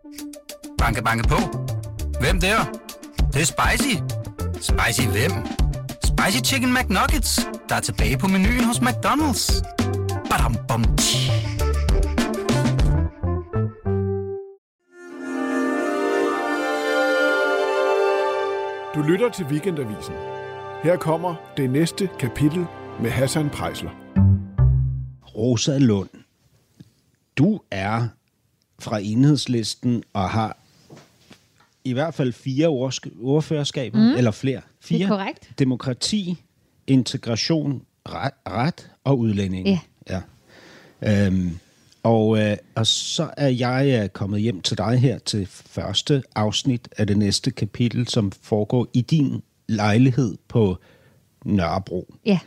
Banke, banke på. Hvem der? Det er spicy. Spicy hvem? Spicy Chicken McNuggets, der er tilbage på menuen hos McDonald's. Badum, bom, tji. Du lytter til Weekendavisen. Her kommer det næste kapitel med Hassan Preisler. Rosa Lund, du er fra Enhedslisten og har i hvert fald 4 ordførerskaber, eller flere. 4. Det er korrekt. Demokrati, integration, ret og udlænding. Ja. Og så er jeg kommet hjem til dig her til første afsnit af det næste kapitel, som foregår i din lejlighed på Nørrebro. Ja.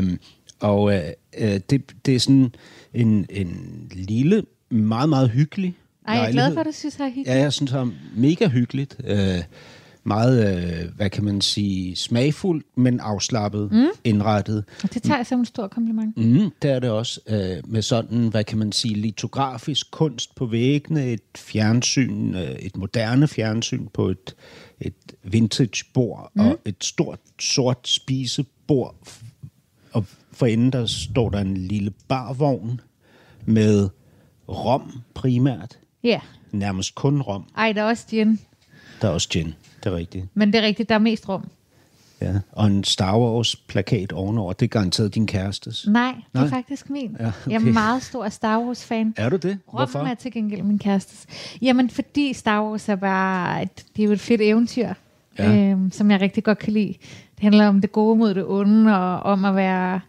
Det er sådan en lille, meget, meget hyggelig Jeg er lejlighed. glad for, at du synes, det er hyggeligt. Ja, jeg synes, det er mega hyggeligt. Meget, hvad kan man sige, smagfuldt, men afslappet, indrettet. Og det tager jeg som en stor kompliment. Det er det også. Med sådan, hvad kan man sige, litografisk kunst på væggene, et fjernsyn, et moderne fjernsyn på et vintage bord, og et stort sort spisebord. Og for enden der står der en lille barvogn med rom primært. Ja. Nærmest kun rom. Ej, der er også gin. Der er også gin, det er rigtigt. Men det er rigtigt, der er mest rum. Ja. Og en Star Wars-plakat ovenover, det er garanteret din kærestes. Nej, det er faktisk min. Ja, okay. Jeg er meget stor Star Wars-fan. Er du det? Hvorfor? Rommen er til gengæld min kærestes. Jamen, fordi Star Wars er bare... Det er jo et fedt eventyr, som jeg rigtig godt kan lide. Det handler om det gode mod det onde, og om at være...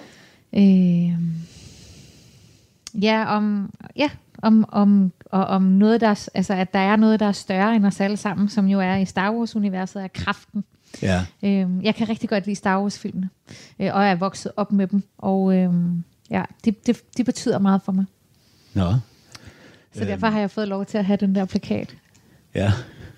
om noget, der, altså, at der er noget, der er større end os alle sammen, som jo er i Star Wars-universet, er kraften. Ja. Jeg kan rigtig godt lide Star Wars-filmene, og jeg er vokset op med dem, og de betyder meget for mig. Nå. Så derfor har jeg fået lov til at have den der plakat. Ja.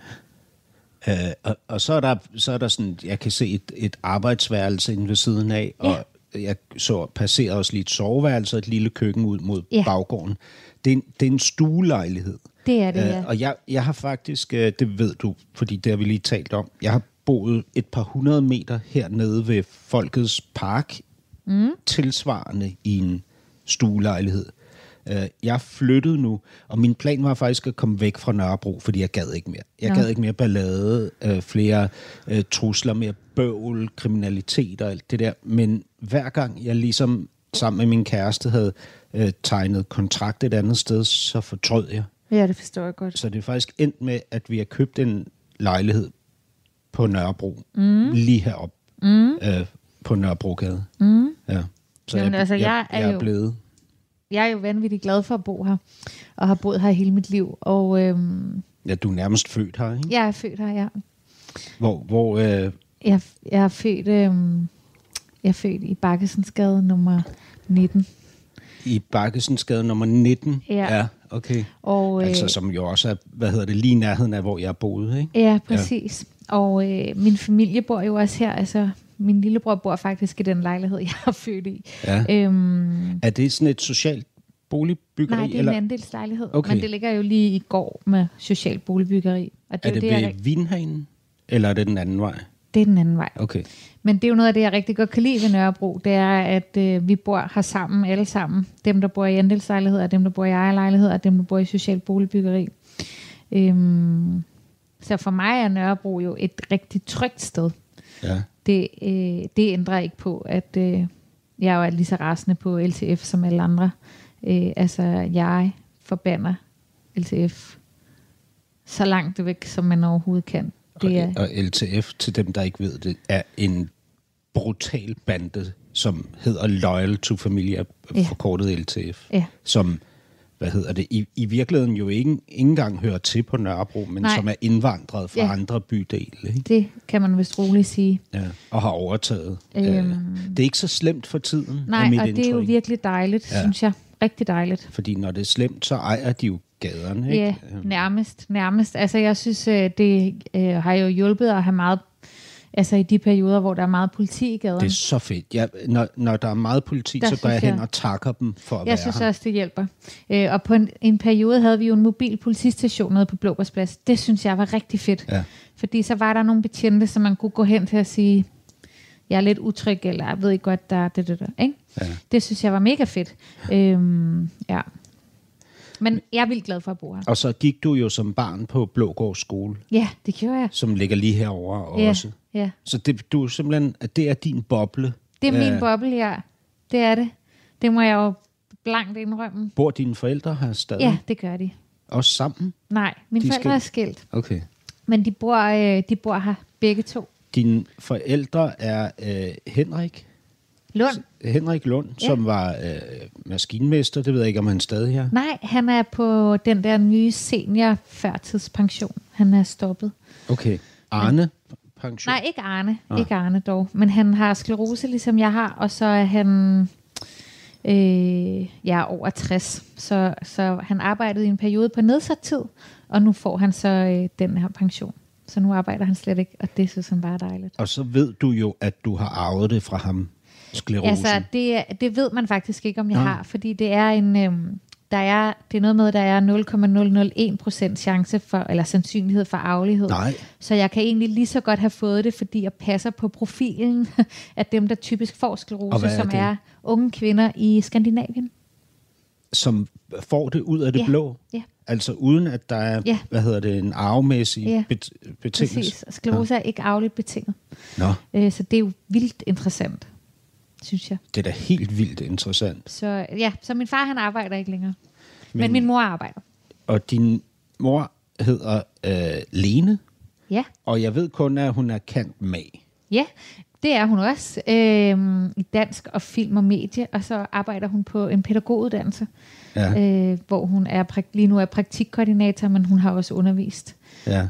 Og så er der sådan, jeg kan se et arbejdsværelse inde ved siden af, og jeg så passerer også lige et soveværelse og et lille køkken ud mod baggården. Det er en stuelejlighed. Det er det, ja. Og jeg har faktisk, det ved du, fordi det har vi lige talt om, jeg har boet et par 100 meter hernede ved Folkets Park, tilsvarende i en stuelejlighed. Jeg flyttede nu, og min plan var faktisk at komme væk fra Nørrebro, fordi jeg gad ikke mere. Jeg gad ikke mere ballade, flere trusler, mere bøvl, kriminalitet og alt det der. Men hver gang jeg ligesom sammen med min kæreste havde tegnet kontrakt et andet sted, så fortrød jeg. Ja, det forstår jeg godt. Så det er faktisk endt med, at vi har købt en lejlighed på Nørrebro, lige heroppe på Nørrebrogade. Ja. Så jamen, jeg er blevet... Jeg er jo vanvittigt glad for at bo her, og har boet her hele mit liv. Og, ja, du er nærmest født her, ikke? Jeg er født her, ja. Hvor Jeg er født i Bakkesensgade nummer 19. I Bakkesensgade nummer 19? Ja. Okay. Og, altså som jo også er, lige i nærheden af, hvor jeg boede, ikke? Ja, præcis. Ja. Og min familie bor jo også her, altså... Min lillebror bor faktisk i den lejlighed, jeg er født i. Ja. Er det sådan et socialt boligbyggeri? Nej, det er eller? En andelslejlighed. Okay. Men det ligger jo lige i går med socialt boligbyggeri. Og det er det ved Vinhanen, eller er det den anden vej? Det er den anden vej. Okay. Men det er jo noget af det, jeg rigtig godt kan lide ved Nørrebro. Det er, at vi bor her sammen, alle sammen. Dem, der bor i andelslejligheder, dem, der bor i ejerlejligheder, og dem, der bor i socialt boligbyggeri. Så for mig er Nørrebro jo et rigtig trygt sted. Ja. Det ændrer ikke på, at jeg jo er lige så rasende på LTF som alle andre. Altså, jeg forbander LTF så langt væk, som man overhovedet kan. Og LTF, til dem, der ikke ved det, er en brutal bande, som hedder Loyal to Familia, forkortet LTF, som, i virkeligheden jo ikke engang hører til på Nørrebro, men som er indvandret fra andre bydele. Ikke? Det kan man vist roligt sige. Ja, og har overtaget. Det er ikke så slemt for tiden. Nej, og det er jo virkelig dejligt, synes jeg. Rigtig dejligt. Fordi når det er slemt, så ejer de jo gaderne, ikke? Ja, nærmest. Altså, jeg synes, det har jo hjulpet at have meget Altså i de perioder, hvor der er meget politi i gaden. Det er så fedt. Ja, når der er meget politi, så går jeg hen og takker dem for at være her. Jeg synes også, det hjælper. Og på en periode havde vi jo en mobil politistation nede på Blågårdsplads. Det synes jeg var rigtig fedt. Ja. Fordi så var der nogle betjente, som man kunne gå hen til at sige, jeg er lidt utryg, eller jeg ved ikke godt, der er det. Ikke? Ja. Det synes jeg var mega fedt. Ja. Men jeg er vildt glad for at bo her. Og så gik du jo som barn på Blågård skole. Ja, det gjorde jeg. Som ligger lige herovre også. Ja. Så du simpelthen, det er din boble. Det er min boble, ja. Det er det. Det må jeg jo blankt indrømme. Bor dine forældre her stadig? Ja, det gør de. Også sammen? Nej, mine forældre er skilt. Okay. Men de bor her begge to. Dine forældre er Henrik Lund, som var maskinmester. Det ved jeg ikke, om han stadig er. Nej, han er på den der nye seniorførtidspension. Han er stoppet. Okay. Arne? Pension? Nej, ikke Arne. Ikke Arne dog. Men han har sklerose, ligesom jeg har. Og så er han over 60. Så han arbejdede i en periode på nedsat tid. Og nu får han så den her pension. Så nu arbejder han slet ikke, og det synes han bare er dejligt. Og så ved du jo, at du har arvet det fra ham, sklerosen. Altså, det ved man faktisk ikke, om jeg har, fordi det er det er noget med, at der er 0,001% chance for, eller sandsynlighed for arvelighed. Nej. Så jeg kan egentlig lige så godt have fået det, fordi jeg passer på profilen af dem, der typisk får sklerose, som er unge kvinder i Skandinavien. Som får det ud af det blå? Ja. Altså uden at der er, en arvemæssig betingelse? Præcis. Sklerose er ikke arveligt betinget. Nå. Så det er jo vildt interessant, synes jeg. Det er da helt vildt interessant. Så min far, han arbejder ikke længere. Men min mor arbejder. Og din mor hedder Lene? Ja. Og jeg ved kun, at hun er cand. mag. Ja, det er hun også. I dansk og film og medie. Og så arbejder hun på en pædagoguddannelse. Ja. Hvor hun lige nu er praktikkoordinator, men hun har også undervist. Ja.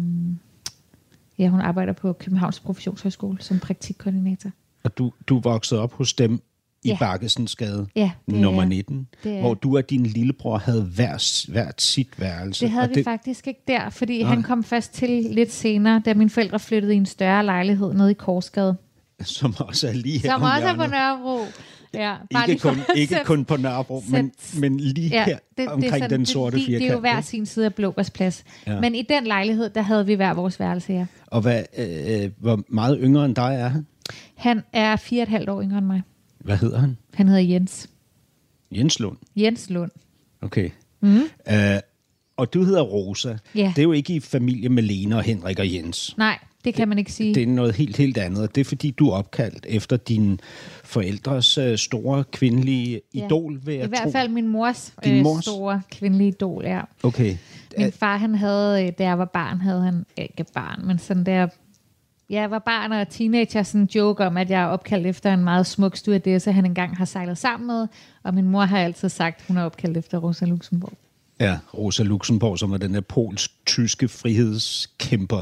Hun arbejder på Københavns Professionshøjskole som praktikkoordinator. Og du voksede op hos dem i Bakkesensgade nummer 19, hvor du og din lillebror havde hvert sit værelse. Det havde vi faktisk ikke der, fordi han kom først til lidt senere, da mine forældre flyttede i en større lejlighed nede i Korsgade. Som også er lige her. Som også er på Nørrebro. Ja, ikke kun på Nørrebro, men lige her omkring den sorte firkant. Det er jo hver sin side af Blågårdsplads. Ja. Men i den lejlighed, der havde vi hver vores værelse, ja. Og hvor meget yngre end dig er han? Han er 4,5 år yngre end mig. Hvad hedder han? Han hedder Jens. Jens Lund? Jens Lund. Okay. Og du hedder Rosa. Ja. Det er jo ikke i familie med Lene og Henrik og Jens. Nej, det kan man ikke sige. Det er noget helt andet. Det er fordi, du er opkaldt efter din forældres store kvindelige idol, vil jeg tro. I hvert fald min mors store kvindelige idol, ja. Okay. Min far, han havde, da jeg var barn, havde han ikke barn, men sådan der... Jeg var barn og teenager, sådan en joke om, at jeg er opkaldt efter en meget smuk stewardesse, han engang har sejlet sammen med, og min mor har altid sagt, hun er opkaldt efter Rosa Luxemburg. Ja, Rosa Luxemburg, som er den der polsk-tyske frihedskæmper,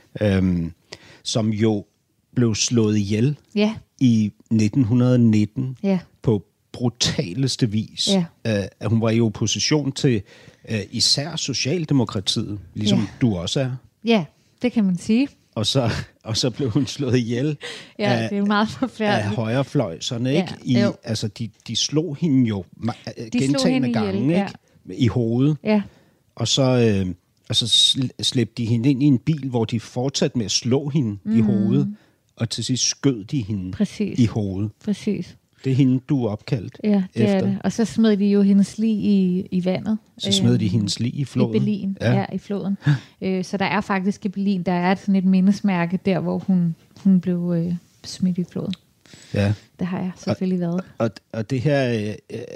som jo blev slået ihjel i 1919 på brutaleste vis. Hun var i opposition til især Socialdemokratiet, ligesom du også er. Ja, det kan man sige. Og så blev hun slået ihjel det er jo meget forfærdeligt. Af højrefløjserne, ikke? Altså, de slog hende jo gentagne gange, ikke? I hovedet. Ja. Og så slæbte de hende ind i en bil, hvor de fortsatte med at slå hende i hovedet, og til sidst skød de hende i hovedet. Præcis. Det er hende, du er opkaldt det efter. Er det. Og så smed de jo hendes lig i vandet. Så smed de hendes lig i floden? I Berlin, i floden. Så der er faktisk i Berlin, der er sådan et mindesmærke der, hvor hun blev smidt i floden. Ja. Det har jeg selvfølgelig været. Og det her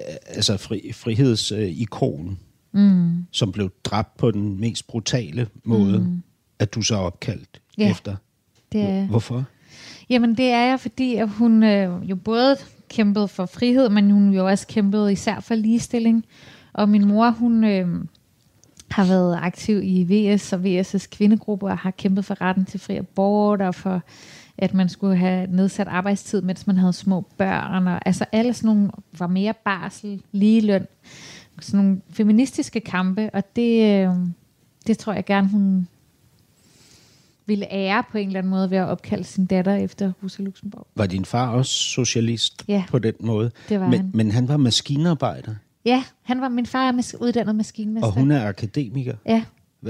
frihedsikon, som blev dræbt på den mest brutale måde, at du så er opkaldt efter. Det er. Hvorfor? Jamen det er jeg, fordi at hun jo både kæmpede for frihed, men hun jo også kæmpede især for ligestilling. Og min mor, hun har været aktiv i VS og VS' kvindegruppe og har kæmpet for retten til fri abort og for, at man skulle have nedsat arbejdstid, mens man havde små børn. Og, altså alle sådan nogle var mere barsel, ligeløn, sådan nogle feministiske kampe, og det tror jeg gerne, ville ære på en eller anden måde ved at opkalde sin datter efter Rosa Luxemburg. Var din far også socialist på den måde? Det var han. Men han var maskinarbejder? Ja, min far er uddannet maskinmester. Og hun er akademiker? Ja.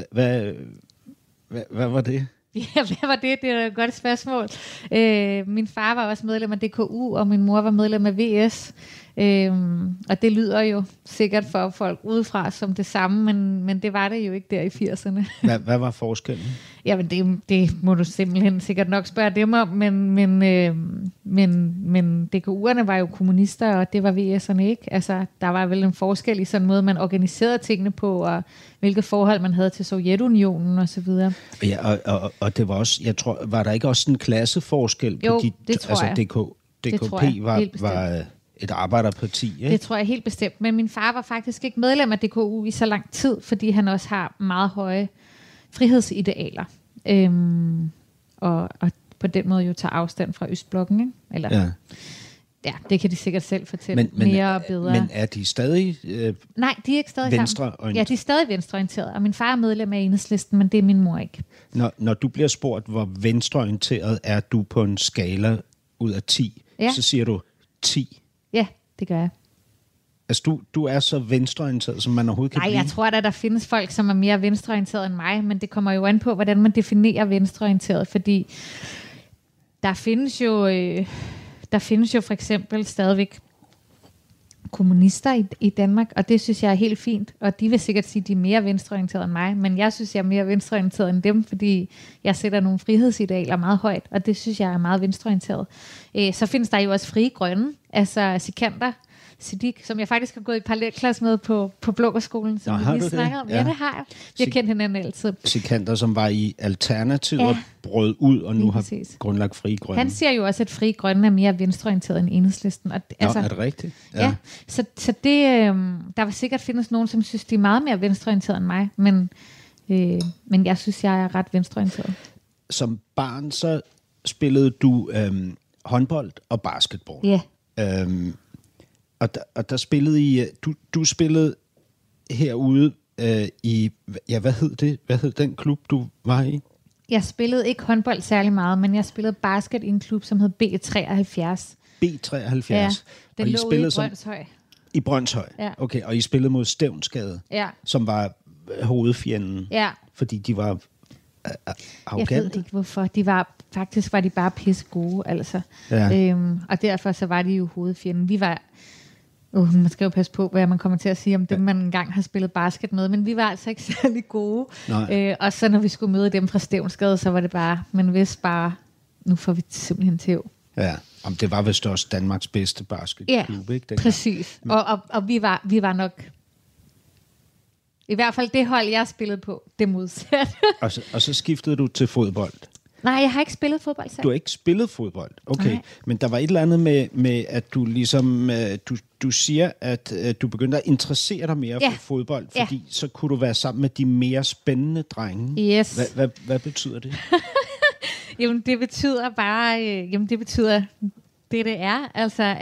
Hvad var det? Ja, hvad var det? Det er et godt spørgsmål. Min far var også medlem af DKU, og min mor var medlem af VS. Og det lyder jo sikkert for folk udefra som det samme, men det var det jo ikke der i 80'erne. Hvad var forskellen? Jamen, det må du simpelthen sikkert nok spørge dem om, men DKU'erne var jo kommunister, og det var VS'erne ikke. Altså, der var vel en forskel i sådan en måde, man organiserede tingene på, og hvilket forhold man havde til Sovjetunionen og så videre. Ja, og det var også, jeg tror, var der ikke også en klasseforskel jo, på de, det tror jeg. DKP var et arbejderparti, ikke? Det tror jeg helt bestemt. Men min far var faktisk ikke medlem af DKU i så lang tid, fordi han også har meget høje frihedsidealer. Og på den måde jo tager afstand fra Østblokken, ikke? Eller, ja, det kan de sikkert selv fortælle mere og bedre. Men er de stadig nej, de er ikke stadig venstreorienterede? Ja, de er stadig venstreorienterede, og min far er medlem af Enhedslisten, men det er min mor ikke. Når du bliver spurgt, hvor venstreorienteret er du på en skala ud af 10, så siger du 10. Ja, det gør jeg. Altså, du er så venstreorienteret, som man overhovedet kan blive? Nej, jeg tror der findes folk, som er mere venstreorienteret end mig, men det kommer jo an på, hvordan man definerer venstreorienteret, fordi der findes jo for eksempel stadigvæk kommunister i Danmark, og det synes jeg er helt fint, og de vil sikkert sige, at de er mere venstreorienteret end mig, men jeg synes, jeg er mere venstreorienteret end dem, fordi jeg sætter nogle frihedsidealer meget højt, og det synes jeg er meget venstreorienteret. Så findes der jo også Frie Grønne, altså Sikander Siddiq, som jeg faktisk har gået i parallelklasse med på Blågårdsskolen, som vi lige snakkede om. Ja, det har jeg. Vi har kendt hinanden altid. Sikander, som var i Alternativet og brød ud, og nu har grundlagt Frie Grønne. Han siger jo også, at Frie Grønne er mere venstreorienteret end Enhedslisten. Og altså, er det rigtigt? Ja, så det, der vil sikkert findes nogen, som synes, de er meget mere venstreorienteret end mig, men jeg synes, jeg er ret venstreorienteret. Som barn, så spillede du håndbold og basketball. Ja. Og der spillede I, du spillede herude i, hvad hed det? Hvad hed den klub, du var i? Jeg spillede ikke håndbold særlig meget, men jeg spillede basket i en klub, som hed B73. B73? Ja, den lå i Brønshøj. I Brønshøj? Ja. Okay, og I spillede mod Stevnsgade, som var hovedfjenden, fordi de var arrogante? Jeg ved ikke, hvorfor. Faktisk var de bare pisse gode, altså. Ja. Og derfor så var de jo hovedfjenden. Vi var... man skal jo passe på, hvad man kommer til at sige om dem, man engang har spillet basket med, men vi var altså ikke særlig gode. Og så når vi skulle møde dem fra Stevnsgade, så var det bare, men hvis bare, nu får vi simpelthen tæv. Ja, om det var vist også Danmarks bedste basketklub, ikke? Ja, præcis. Og vi var nok, i hvert fald det hold, jeg spillede på, det modsatte. og så skiftede du til fodbold? Nej, jeg har ikke spillet fodbold selv. Du har ikke spillet fodbold? Okay. Nej. Men der var et eller andet med at du ligesom... Du siger, at du begyndte at interessere dig mere for fodbold, fordi så kunne du være sammen med de mere spændende drenge. Yes. Hvad betyder det? Jamen, det betyder bare... det er. Altså,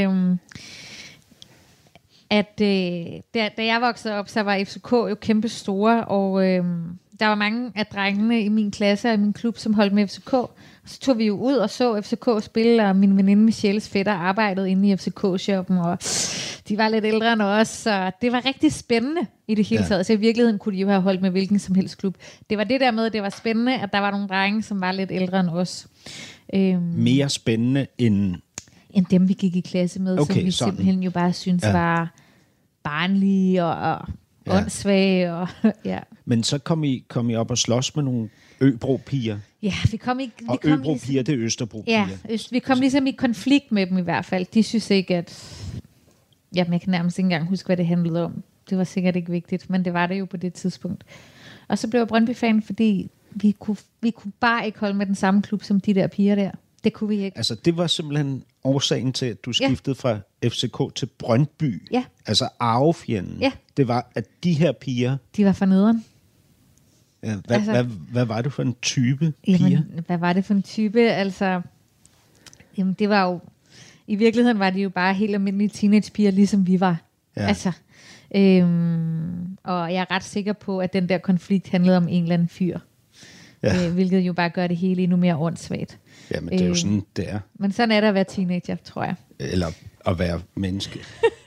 da jeg voksede op, så var FCK jo kæmpe store, og... der var mange af drengene i min klasse og i min klub, som holdt med FCK. Så tog vi jo ud og så FCK spille, og min veninde Michelles fætter arbejdede inde i FCK-shoppen, og de var lidt ældre end os, så det var rigtig spændende i det hele taget. Så i virkeligheden kunne de jo have holdt med hvilken som helst klub. Det var det der med, at det var spændende, at der var nogle drenge, som var lidt ældre end os. Mere spændende end dem, vi gik i klasse med, som vi simpelthen jo bare synes var barnlige og åndssvage. Og, Men så kom I op og slås med nogle Øbro-piger. Ja, vi kom Øbro-piger, det er Østerbro-piger. Ja, vi kom ligesom i konflikt med dem i hvert fald. De synes ikke, at... jeg kan nærmest ikke engang huske, hvad det handlede om. Det var sikkert ikke vigtigt, men det var det jo på det tidspunkt. Og så blev jeg Brøndby-fan, fordi vi kunne bare ikke holde med den samme klub som de der piger der. Det kunne vi ikke. Altså, det var simpelthen årsagen til, at du skiftede fra FCK til Brøndby. Ja. Altså arvefjenden. Ja. Det var, at de her piger... De var for nederen. Ja, hvad var det for en type piger? Jamen, hvad var det for en type? Altså, jamen, det var jo... I virkeligheden var de jo bare helt almindelige teenagepiger, ligesom vi var. Ja. Altså, og jeg er ret sikker på, at den der konflikt handlede om en eller anden fyr. hvilket jo bare gør det hele endnu mere åndssvagt. Ja, men det er jo sådan, det er. Men sådan er det at være teenager, tror jeg. Eller at være menneske.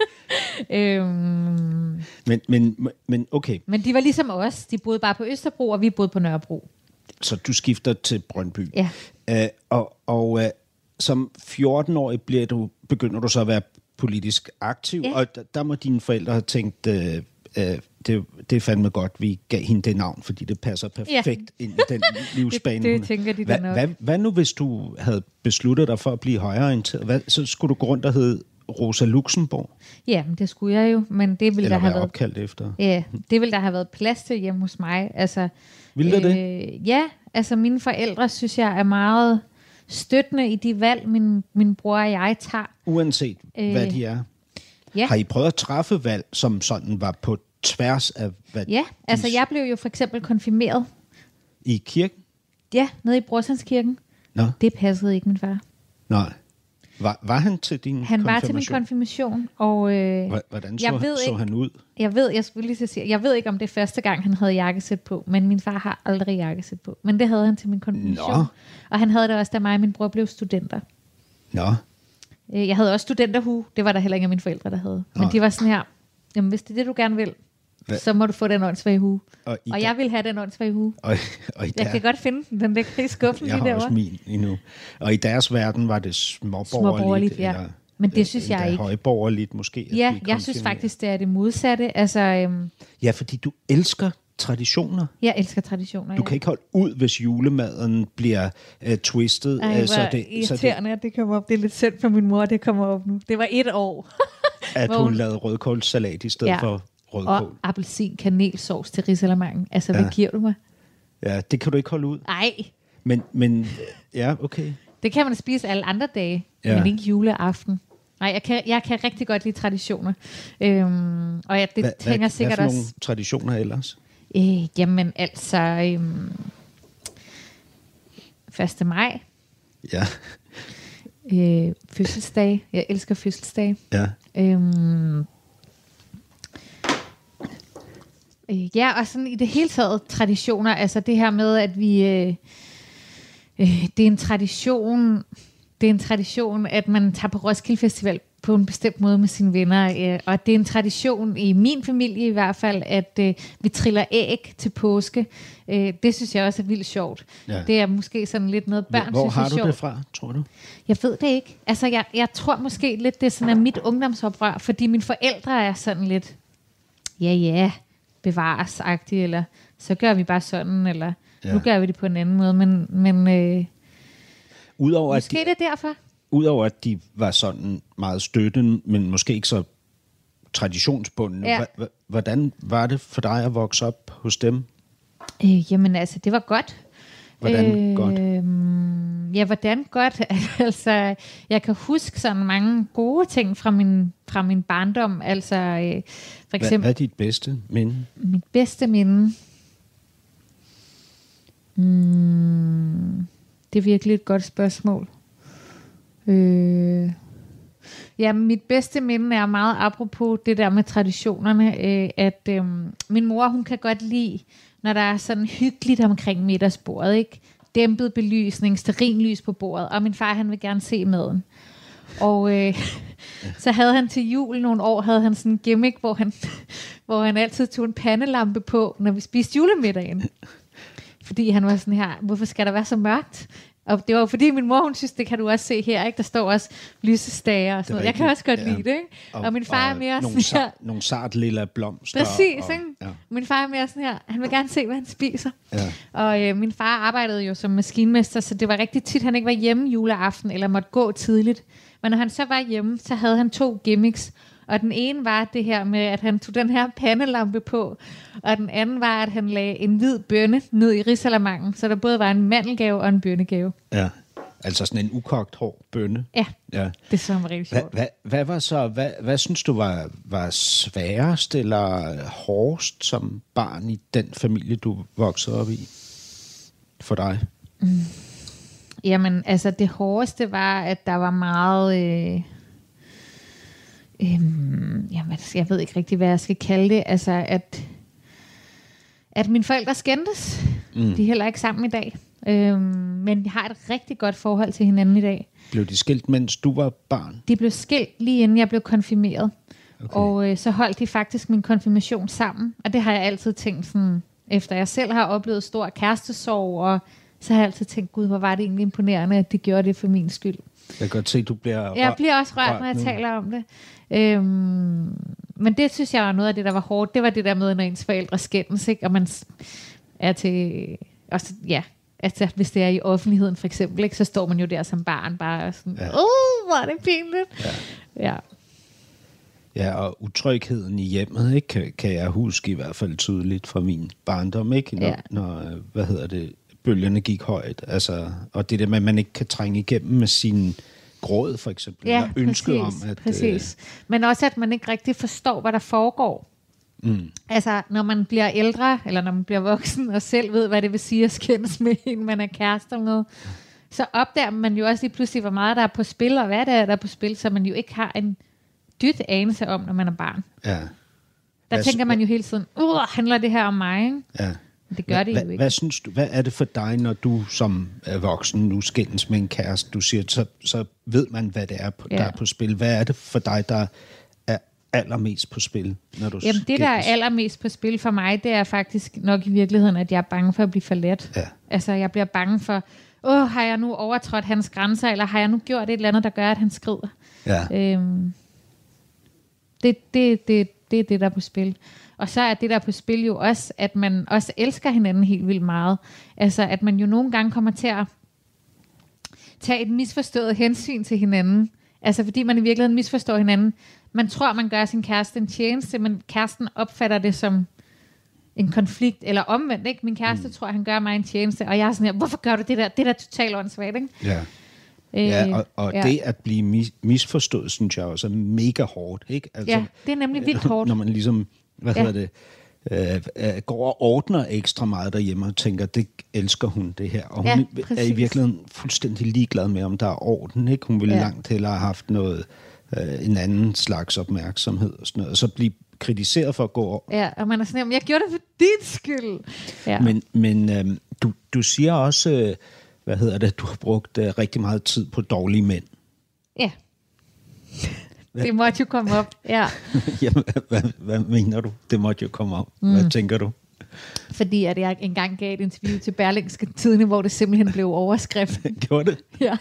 Men okay. Men de var ligesom os. De boede bare på Østerbro, og vi boede på Nørrebro. Så du skifter til Brøndby. Ja. Og som 14-årig begynder du så at være politisk aktiv, og der må dine forældre have tænkt, det er fandme godt, vi gav hende det navn, fordi det passer perfekt ind i den livsbane. det tænker de da nok. Hvad nu, hvis du havde besluttet dig for at blive højreorienteret? Så skulle du gå rundt og hedde Rosa Luxemburg? Ja, men det skulle jeg jo, men det ville der have været opkaldt efter. Ja, det ville der have været plads til hjemme hos mig. Altså, ville der det? Ja, altså mine forældre synes jeg er meget støttende i de valg, min bror og jeg tager. Uanset hvad de er. Ja. Har I prøvet at træffe valg, som sådan var på tværs af hvad? Ja, altså jeg blev jo for eksempel konfirmeret. I kirken? Ja, nede i Brorsandskirken. Nå. Det passede ikke min far. Nej. Var han til din konfirmation? Han var til min konfirmation, og hvordan så han ud? Jeg ved ikke, om det er første gang, han havde jakkesæt på, men min far har aldrig jakkesæt på. Men det havde han til min konfirmation. Nå. Og han havde det også, da mig og min bror blev studenter. Nå. Jeg havde også studenterhue. Det var der heller ikke af mine forældre, der havde. Men de var sådan her, jamen hvis det er det, du gerne vil, så må du få den åndssvage hue. Og jeg vil have den åndssvage hue. Jeg kan godt finde den. Den ligger i skuffen lige derovre. Jeg har også min endnu. Og i deres verden var det småborgerligt. Ja. Men det synes jeg ikke. Højborgerligt måske. Ja, jeg synes faktisk, det er det modsatte. Altså, ja, fordi du elsker traditioner. Jeg elsker traditioner, Du kan ikke holde ud, hvis julemaden bliver twistet. Ej, irriterende, at det kommer op. Det er lidt synd for min mor, det kommer op nu. Det var 1 år. At hun lavede rødkålssalat i stedet for rødkål. Og appelsin kanelsovs til risalamangen. Altså, hvad giver du mig? Ja, det kan du ikke holde ud. Nej. Men ja, okay. Det kan man spise alle andre dage, men ikke juleaften. Nej, jeg kan rigtig godt lide traditioner. Og det hænger sikkert hvad for også... nogle traditioner ellers? Jamen altså... 1. maj. Ja. Fødselsdag. Jeg elsker fødselsdag. Ja. Ja, og sådan i det hele taget traditioner. Altså det her med, at vi... det er en tradition, at man tager på Roskilde Festival på en bestemt måde med sine venner. Og det er en tradition i min familie i hvert fald, at vi triller æg til påske. Det synes jeg også er vildt sjovt. Ja. Det er måske sådan lidt noget børn synes er sjovt. Hvor har du det fra, tror du? Jeg ved det ikke. Altså jeg tror måske lidt, det er sådan af mit ungdomsoprør, fordi mine forældre er sådan lidt, ja, bevaresagtige, eller så gør vi bare sådan, eller nu gør vi det på en anden måde, men udover måske det er derfor. Udover at de var sådan meget støttende, men måske ikke så traditionsbundne. Ja. Hvordan var det for dig at vokse op hos dem? Jamen altså, det var godt. Hvordan godt? Ja, hvordan godt? Altså, jeg kan huske sådan mange gode ting fra min barndom. Altså, for eksempel... Hvad er dit bedste minde? Mit bedste minde? Det er virkelig et godt spørgsmål. Ja, mit bedste minde er meget apropos det der med traditionerne, at min mor, hun kan godt lide, når der er sådan hyggeligt omkring middagsbordet, ikke? Dæmpet belysning, stearinlys på bordet, og min far, han vil gerne se maden. Og så havde han til jul nogle år, havde han sådan en gimmick, hvor han altid tog en pandelampe på, når vi spiste julemiddagen. Fordi han var sådan her, hvorfor skal der være så mørkt? Og det var jo fordi min mor, hun synes, det kan du også se her, ikke? Der står også lysestager og sådan noget. Jeg kan også godt lide det, ikke? Og min far er mere sådan her... Nogle sart lilla blomster. Præcis, ikke? Ja. Min far er mere sådan her, han vil gerne se, hvad han spiser. Ja. Og min far arbejdede jo som maskinmester, så det var rigtig tit, han ikke var hjemme juleaften, eller måtte gå tidligt. Men når han så var hjemme, så havde han 2 gimmicks. Og den ene var det her med, at han tog den her pandelampe på, og den anden var, at han lagde en hvid bønne ned i risalamangen, så der både var en mandelgave og en bønnegave. Ja, altså sådan en ukogt hård bønne. Ja. Det så var rigtig sjovt. Hvad var så, hvad synes du var sværest eller hårdest som barn i den familie, du voksede op i for dig? Jamen, altså det hårdeste var, at der var meget... jeg ved ikke rigtig, hvad jeg skal kalde det. Altså, at mine forældre skændtes. De er heller ikke sammen i dag. Men de har et rigtig godt forhold til hinanden i dag. Blev de skilt, mens du var barn? De blev skilt lige inden jeg blev konfirmeret. Okay. Og så holdt de faktisk min konfirmation sammen. Og det har jeg altid tænkt sådan, efter jeg selv har oplevet stor kærestesorg, og så har jeg altid tænkt, gud, hvor var det egentlig imponerende, at de gjorde det for min skyld. Jeg kan godt se, at du bliver Jeg bliver også rørt, når jeg taler om det. Men det synes jeg var noget af det, der var hårdt. Det var det der med, når ens forældre skændes, ikke? Og man er til... Også, ja, altså, hvis det er i offentligheden for eksempel, ikke, så står man jo der som barn bare sådan, hvor er det pinligt. Ja. Ja, og utrygheden i hjemmet, ikke, kan jeg huske i hvert fald tydeligt fra min barndom, ikke? Når bølgerne gik højt. Altså, og det der med, at man ikke kan trænge igennem med sin gråd, for eksempel. Ja, eller ønsket om, at... præcis. Men også, at man ikke rigtig forstår, hvad der foregår. Altså, når man bliver ældre, eller når man bliver voksen, og selv ved, hvad det vil sige at skændes med en, man er kærester med, så opdager man jo også lige pludselig, hvor meget der er på spil, og hvad der er på spil, så man jo ikke har en dyt anelse om, når man er barn. Ja. Der tænker man jo hele tiden, handler det her om mig? Ikke? Ja. Det gør det jo ikke. Hvad synes du, hvad er det for dig, når du som er voksen nu skændes med en kæreste? Du siger, så ved man, hvad det er, der er på spil. Hvad er det for dig, der er allermest på spil, når du skændes? Det, der er allermest på spil for mig, det er faktisk nok i virkeligheden, at jeg er bange for at blive forladt. Ja. Altså, jeg bliver bange for, har jeg nu overtrådt hans grænser, eller har jeg nu gjort et eller andet, der gør, at han skrider? Ja. Det er det, der er på spil. Og så er det der på spil jo også, at man også elsker hinanden helt vildt meget. Altså, at man jo nogle gange kommer til at tage et misforstået hensyn til hinanden. Altså, fordi man i virkeligheden misforstår hinanden. Man tror, man gør sin kæreste en tjeneste, men kæresten opfatter det som en konflikt, eller omvendt, ikke? Min kæreste tror, han gør mig en tjeneste, og jeg er sådan her, hvorfor gør du det der? Det er da totalt åndssvagt, ikke? Ja. Og det at blive misforstået, synes jeg også er mega hårdt, ikke? Altså, ja, det er nemlig vildt hårdt. Når man ligesom, går og ordner ekstra meget derhjemme og tænker, det elsker hun det her. Og hun er i virkeligheden fuldstændig ligeglad med, om der er orden, ikke? Hun ville langt hellere have haft noget, en anden slags opmærksomhed og sådan noget. Og så blive kritiseret for at gå over. Ja, og man er sådan, jeg gjorde det for din skyld. Ja. Men du siger også... du har brugt rigtig meget tid på dårlige mænd. Ja. Det måtte jo komme op, ja. Jamen, hvad mener du? Det måtte jo komme op. Hvad tænker du? Fordi at jeg engang gav et interview til Berlingske Tidende, hvor det simpelthen blev overskrift. Gjorde det? Ja.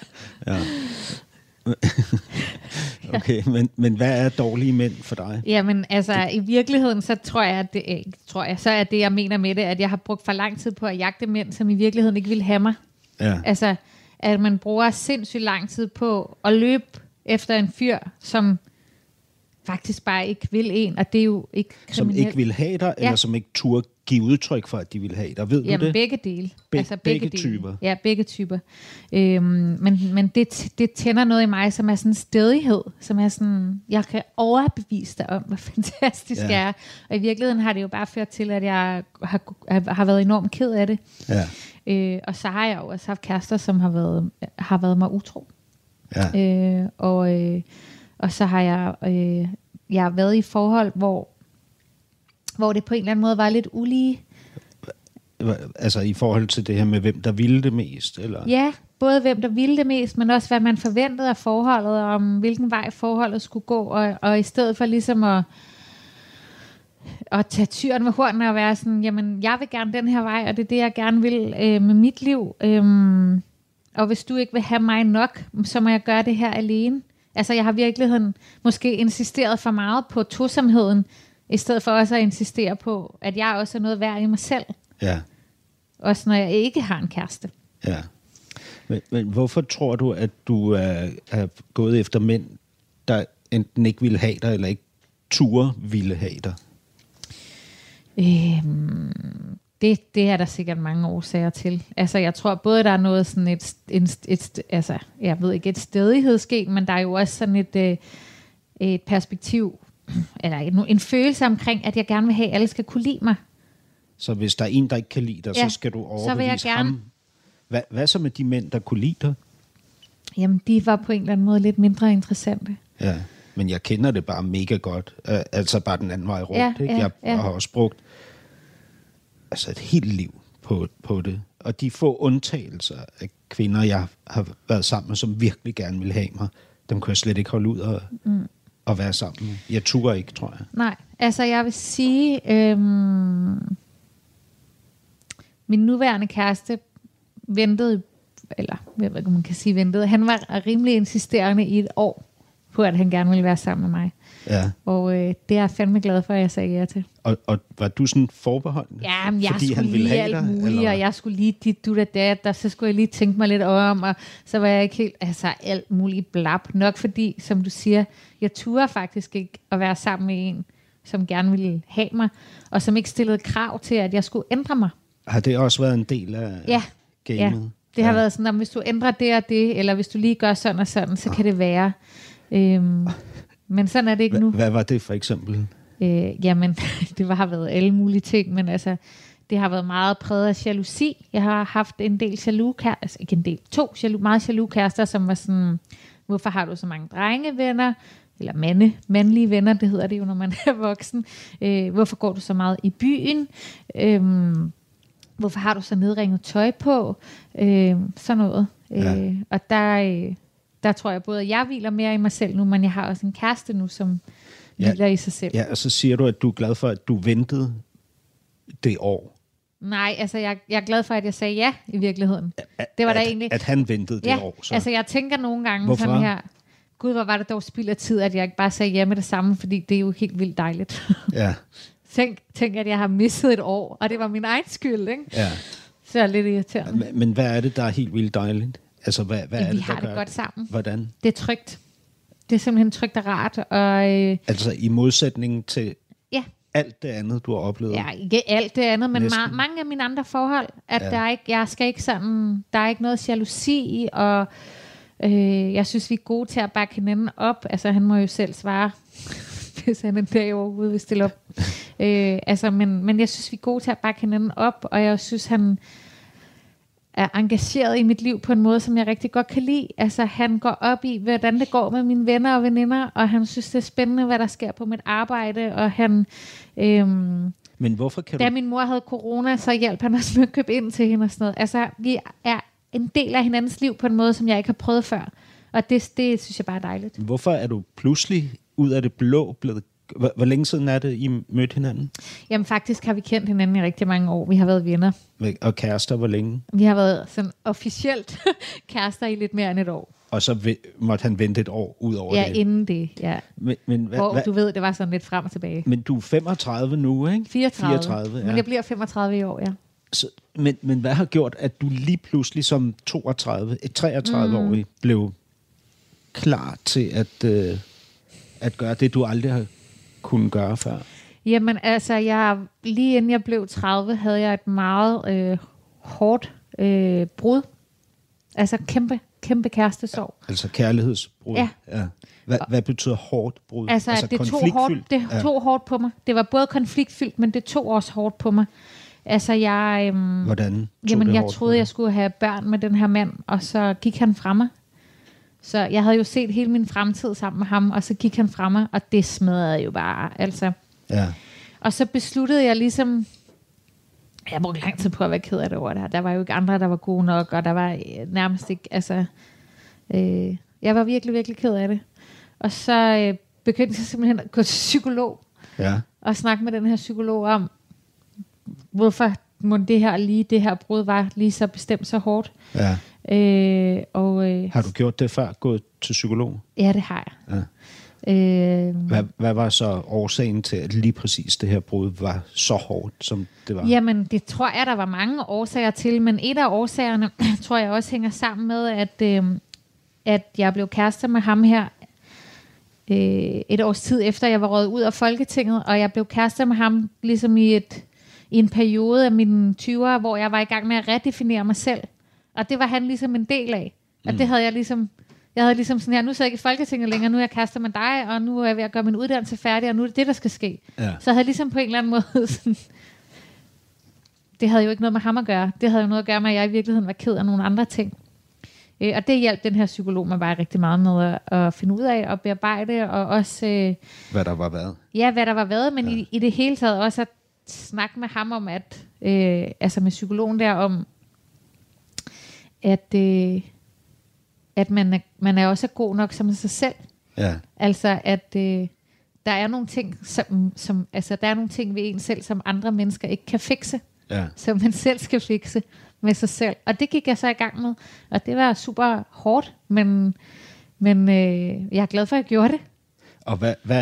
Okay, men hvad er dårlige mænd for dig? Jamen, altså, i virkeligheden, så så er det, jeg mener med det, at jeg har brugt for lang tid på at jagte mænd, som i virkeligheden ikke vil have mig. Ja. Altså, at man bruger sindssygt lang tid på at løbe efter en fyr, som faktisk bare ikke vil en, og det er jo ikke kriminelt. Som ikke vil have dig, eller som ikke turde give udtryk for, at de vil have dig. Ved du det? Begge dele. Begge typer? Ja, begge typer. Men det tænder noget i mig, som er sådan en stædighed, som er sådan, jeg kan overbevise dig om, hvor fantastisk jeg er. Og i virkeligheden har det jo bare ført til, at jeg har været enormt ked af det. Ja. Og så har jeg jo også haft kærester, som har været mig utro. Ja. Og så har jeg har været i forhold, hvor det på en eller anden måde var lidt ulige. Altså i forhold til det her med, hvem der ville det mest? Eller? Ja, både hvem der ville det mest, men også hvad man forventede af forholdet, og om hvilken vej forholdet skulle gå. Og i stedet for ligesom at tage tyren med hornene og være sådan, jamen jeg vil gerne den her vej, og det er det, jeg gerne vil med mit liv. Og hvis du ikke vil have mig nok, så må jeg gøre det her alene. Altså jeg har i virkeligheden måske insisteret for meget på tosomheden, i stedet for også at insistere på, at jeg også er noget værd i mig selv. Ja. Også når jeg ikke har en kæreste. Ja. Men hvorfor tror du, at du er gået efter mænd, der enten ikke ville have dig, eller ikke turde ville have dig? Det er der sikkert mange årsager til. Altså, jeg tror både, der er noget sådan altså, jeg ved ikke, et stædighedsgen, men der er jo også sådan et perspektiv, eller en følelse omkring, at jeg gerne vil have, at alle skal kunne lide mig. Så hvis der er en, der ikke kan lide dig, så skal du overbevise ham. Hvad så med de mænd, der kunne lide dig? Jamen, de var på en eller anden måde lidt mindre interessante. Ja, men jeg kender det bare mega godt. Altså bare den anden vej rundt. Ikke? Jeg har også brugt et helt liv på det. Og de få undtagelser af kvinder, jeg har været sammen med, som virkelig gerne vil have mig, dem kan jeg slet ikke holde ud og være sammen med. Jeg turer ikke, tror jeg. Nej, altså jeg vil sige, min nuværende kæreste ventede, eller jeg ved ikke, man kan sige ventede, han var rimelig insisterende i et år på, at han gerne ville være sammen med mig. Ja. Og det er jeg fandme glad for, at jeg sagde ja til. Og var du sådan forbeholden? Ja, men jeg fordi skulle han ville lige have alt dig, muligt, eller? og jeg skulle lige dit, og dat, og så skulle jeg lige tænke mig lidt om, og så var jeg ikke helt, altså alt muligt blab. Nok fordi, som du siger, jeg turde faktisk ikke at være sammen med en, som gerne ville have mig, og som ikke stillede krav til, at jeg skulle ændre mig. Har det også været en del af gamet? Ja, det har været sådan, at hvis du ændrer det og det, eller hvis du lige gør sådan og sådan, så kan det være. Men sådan er det ikke nu. Hvad var det for eksempel? Jamen, det har været alle mulige ting, men altså, det har været meget præget af jalousi. Jeg har haft en del jaloux kærester, altså ikke en del, meget jaloux kærester, som var sådan, hvorfor har du så mange drengevenner? Eller mandlige venner, det hedder det jo, når man er voksen. Hvorfor går du så meget i byen? Hvorfor har du så nedringet tøj på? Sådan noget. Ja. Og der tror jeg både, at jeg hviler mere i mig selv nu, men jeg har også en kæreste nu, som hviler i sig selv. Ja, og så siger du, at du er glad for, at du ventede det år. Nej, altså jeg er glad for, at jeg sagde ja i virkeligheden. Det var da egentlig... At han ventede det år. Så. Altså jeg tænker nogle gange Hvorfor? sådan her, gud, hvor var det dog spild af tid, at jeg ikke bare sagde ja med det samme, fordi det er jo helt vildt dejligt. Ja. Tænk, at jeg har misset et år, og det var min egen skyld, ikke? Ja. Så er det lidt irriterende. Men hvad er det, der er helt vildt dejligt? Altså, hvad er det, der gør? Vi har det godt sammen. Hvordan? Det er trygt. Det er simpelthen trygt og rart. Og, altså i modsætning til ja. alt det andet, du har oplevet? Ja, ikke alt det andet, men mange af mine andre forhold, at der er ikke, jeg skal ikke sådan, der er ikke noget jalousi i, og jeg synes, vi er gode til at bakke hinanden op. Altså, han må jo selv svare, hvis han en dag overhovedet vil stille op. Men jeg synes, vi er gode til at bakke hinanden op, og jeg synes, han er engageret i mit liv på en måde, som jeg rigtig godt kan lide. Altså, han går op i, hvordan det går med mine venner og veninder, og han synes, det er spændende, hvad der sker på mit arbejde, og han... Men hvorfor kan da min mor havde corona, så hjalp han også med at købe ind til hende og sådan noget. Altså, vi er en del af hinandens liv på en måde, som jeg ikke har prøvet før. Og det synes jeg bare er dejligt. Hvorfor er du pludselig ud af det blå blevet... Hvor længe siden er det, I mødte hinanden? Jamen faktisk har vi kendt hinanden i rigtig mange år. Vi har været venner. Og kærester, hvor længe? Vi har været sådan officielt kærester i lidt mere end et år. Og så måtte han vente et år ud over det? det? Ja, inden det, ja. Men du ved, det var sådan lidt frem og tilbage. Men du er 35 nu, ikke? 34, ja. Men jeg bliver 35 i år, ja. Så, men hvad har gjort, at du lige pludselig som 33-årig blev klar til at gøre det, du aldrig har kunnet gøre før? Jamen altså, lige inden jeg blev 30, havde jeg et meget hårdt brud. Altså kæmpe kærestesorg. Altså kærlighedsbrud? Ja. Hvad betyder hårdt brud? Altså det tog hårdt på mig. Det var både konfliktfyldt, men det tog også hårdt på mig. Altså jeg... Hvordan? Jamen jeg troede, jeg skulle have børn med den her mand, og så gik han fra mig. Så jeg havde jo set hele min fremtid sammen med ham, og så gik han fra mig, og det smadrede jo bare, altså. Ja. Og så besluttede jeg ligesom, jeg brugte lang tid på at være ked af det over der. Der var jo ikke andre, der var gode nok, og der var nærmest ikke, altså, jeg var virkelig, virkelig ked af det. Og så begyndte jeg simpelthen at gå til psykolog, og snakke med den her psykolog om, hvorfor må det her brud var lige så bestemt så hårdt. Ja. Har du gjort det før, gået til psykolog? Ja, det har jeg. Ja. Hvad var så årsagen til, at lige præcis det her brud var så hårdt, som det var? Jamen, det tror jeg, der var mange årsager til, men et af årsagerne, tror jeg også hænger sammen med, at jeg blev kærester med ham her et års tid efter, jeg var røget ud af Folketinget, og jeg blev kærester med ham ligesom i en periode af mine 20'ere, hvor jeg var i gang med at redefinere mig selv. Og det var han ligesom en del af. Og det havde jeg havde ligesom sådan her, nu sidder jeg ikke i Folketinget længere, nu er jeg kærester med dig, og nu er jeg ved at gøre min uddannelse færdig, og nu er det det, der skal ske. Ja. Så jeg havde ligesom på en eller anden måde sådan, det havde jo ikke noget med ham at gøre. Det havde jo noget at gøre med, at jeg i virkeligheden var ked af nogle andre ting. Og det hjalp den her psykolog mig bare rigtig meget med at finde ud af og bearbejde, og også... hvad der var hvad? Ja, hvad der var hvad, men i det hele taget også at snakke med ham om, at altså med psykologen der, om at man er også god nok som sig selv. Ja. Altså at der er nogle ting der er nogle ting ved en selv, som andre mennesker ikke kan fikse, som man selv skal fikse med sig selv. Og det gik jeg så i gang med, og det var super hårdt, men jeg er glad for, at jeg gjorde det. Og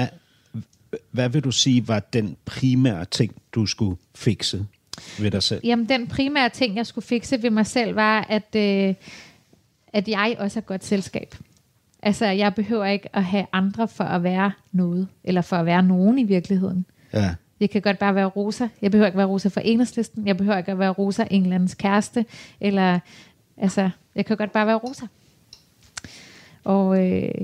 hvad vil du sige var den primære ting, du skulle fikse ved dig selv? Jamen, den primære ting, jeg skulle fikse ved mig selv, var, at jeg også er godt selskab. Altså, jeg behøver ikke at have andre for at være noget, eller for at være nogen i virkeligheden. Ja. Jeg kan godt bare være Rosa. Jeg behøver ikke være Rosa for Enhedslisten. Jeg behøver ikke at være Rosa, en eller andens kæreste. Eller, altså, jeg kan godt bare være Rosa. Og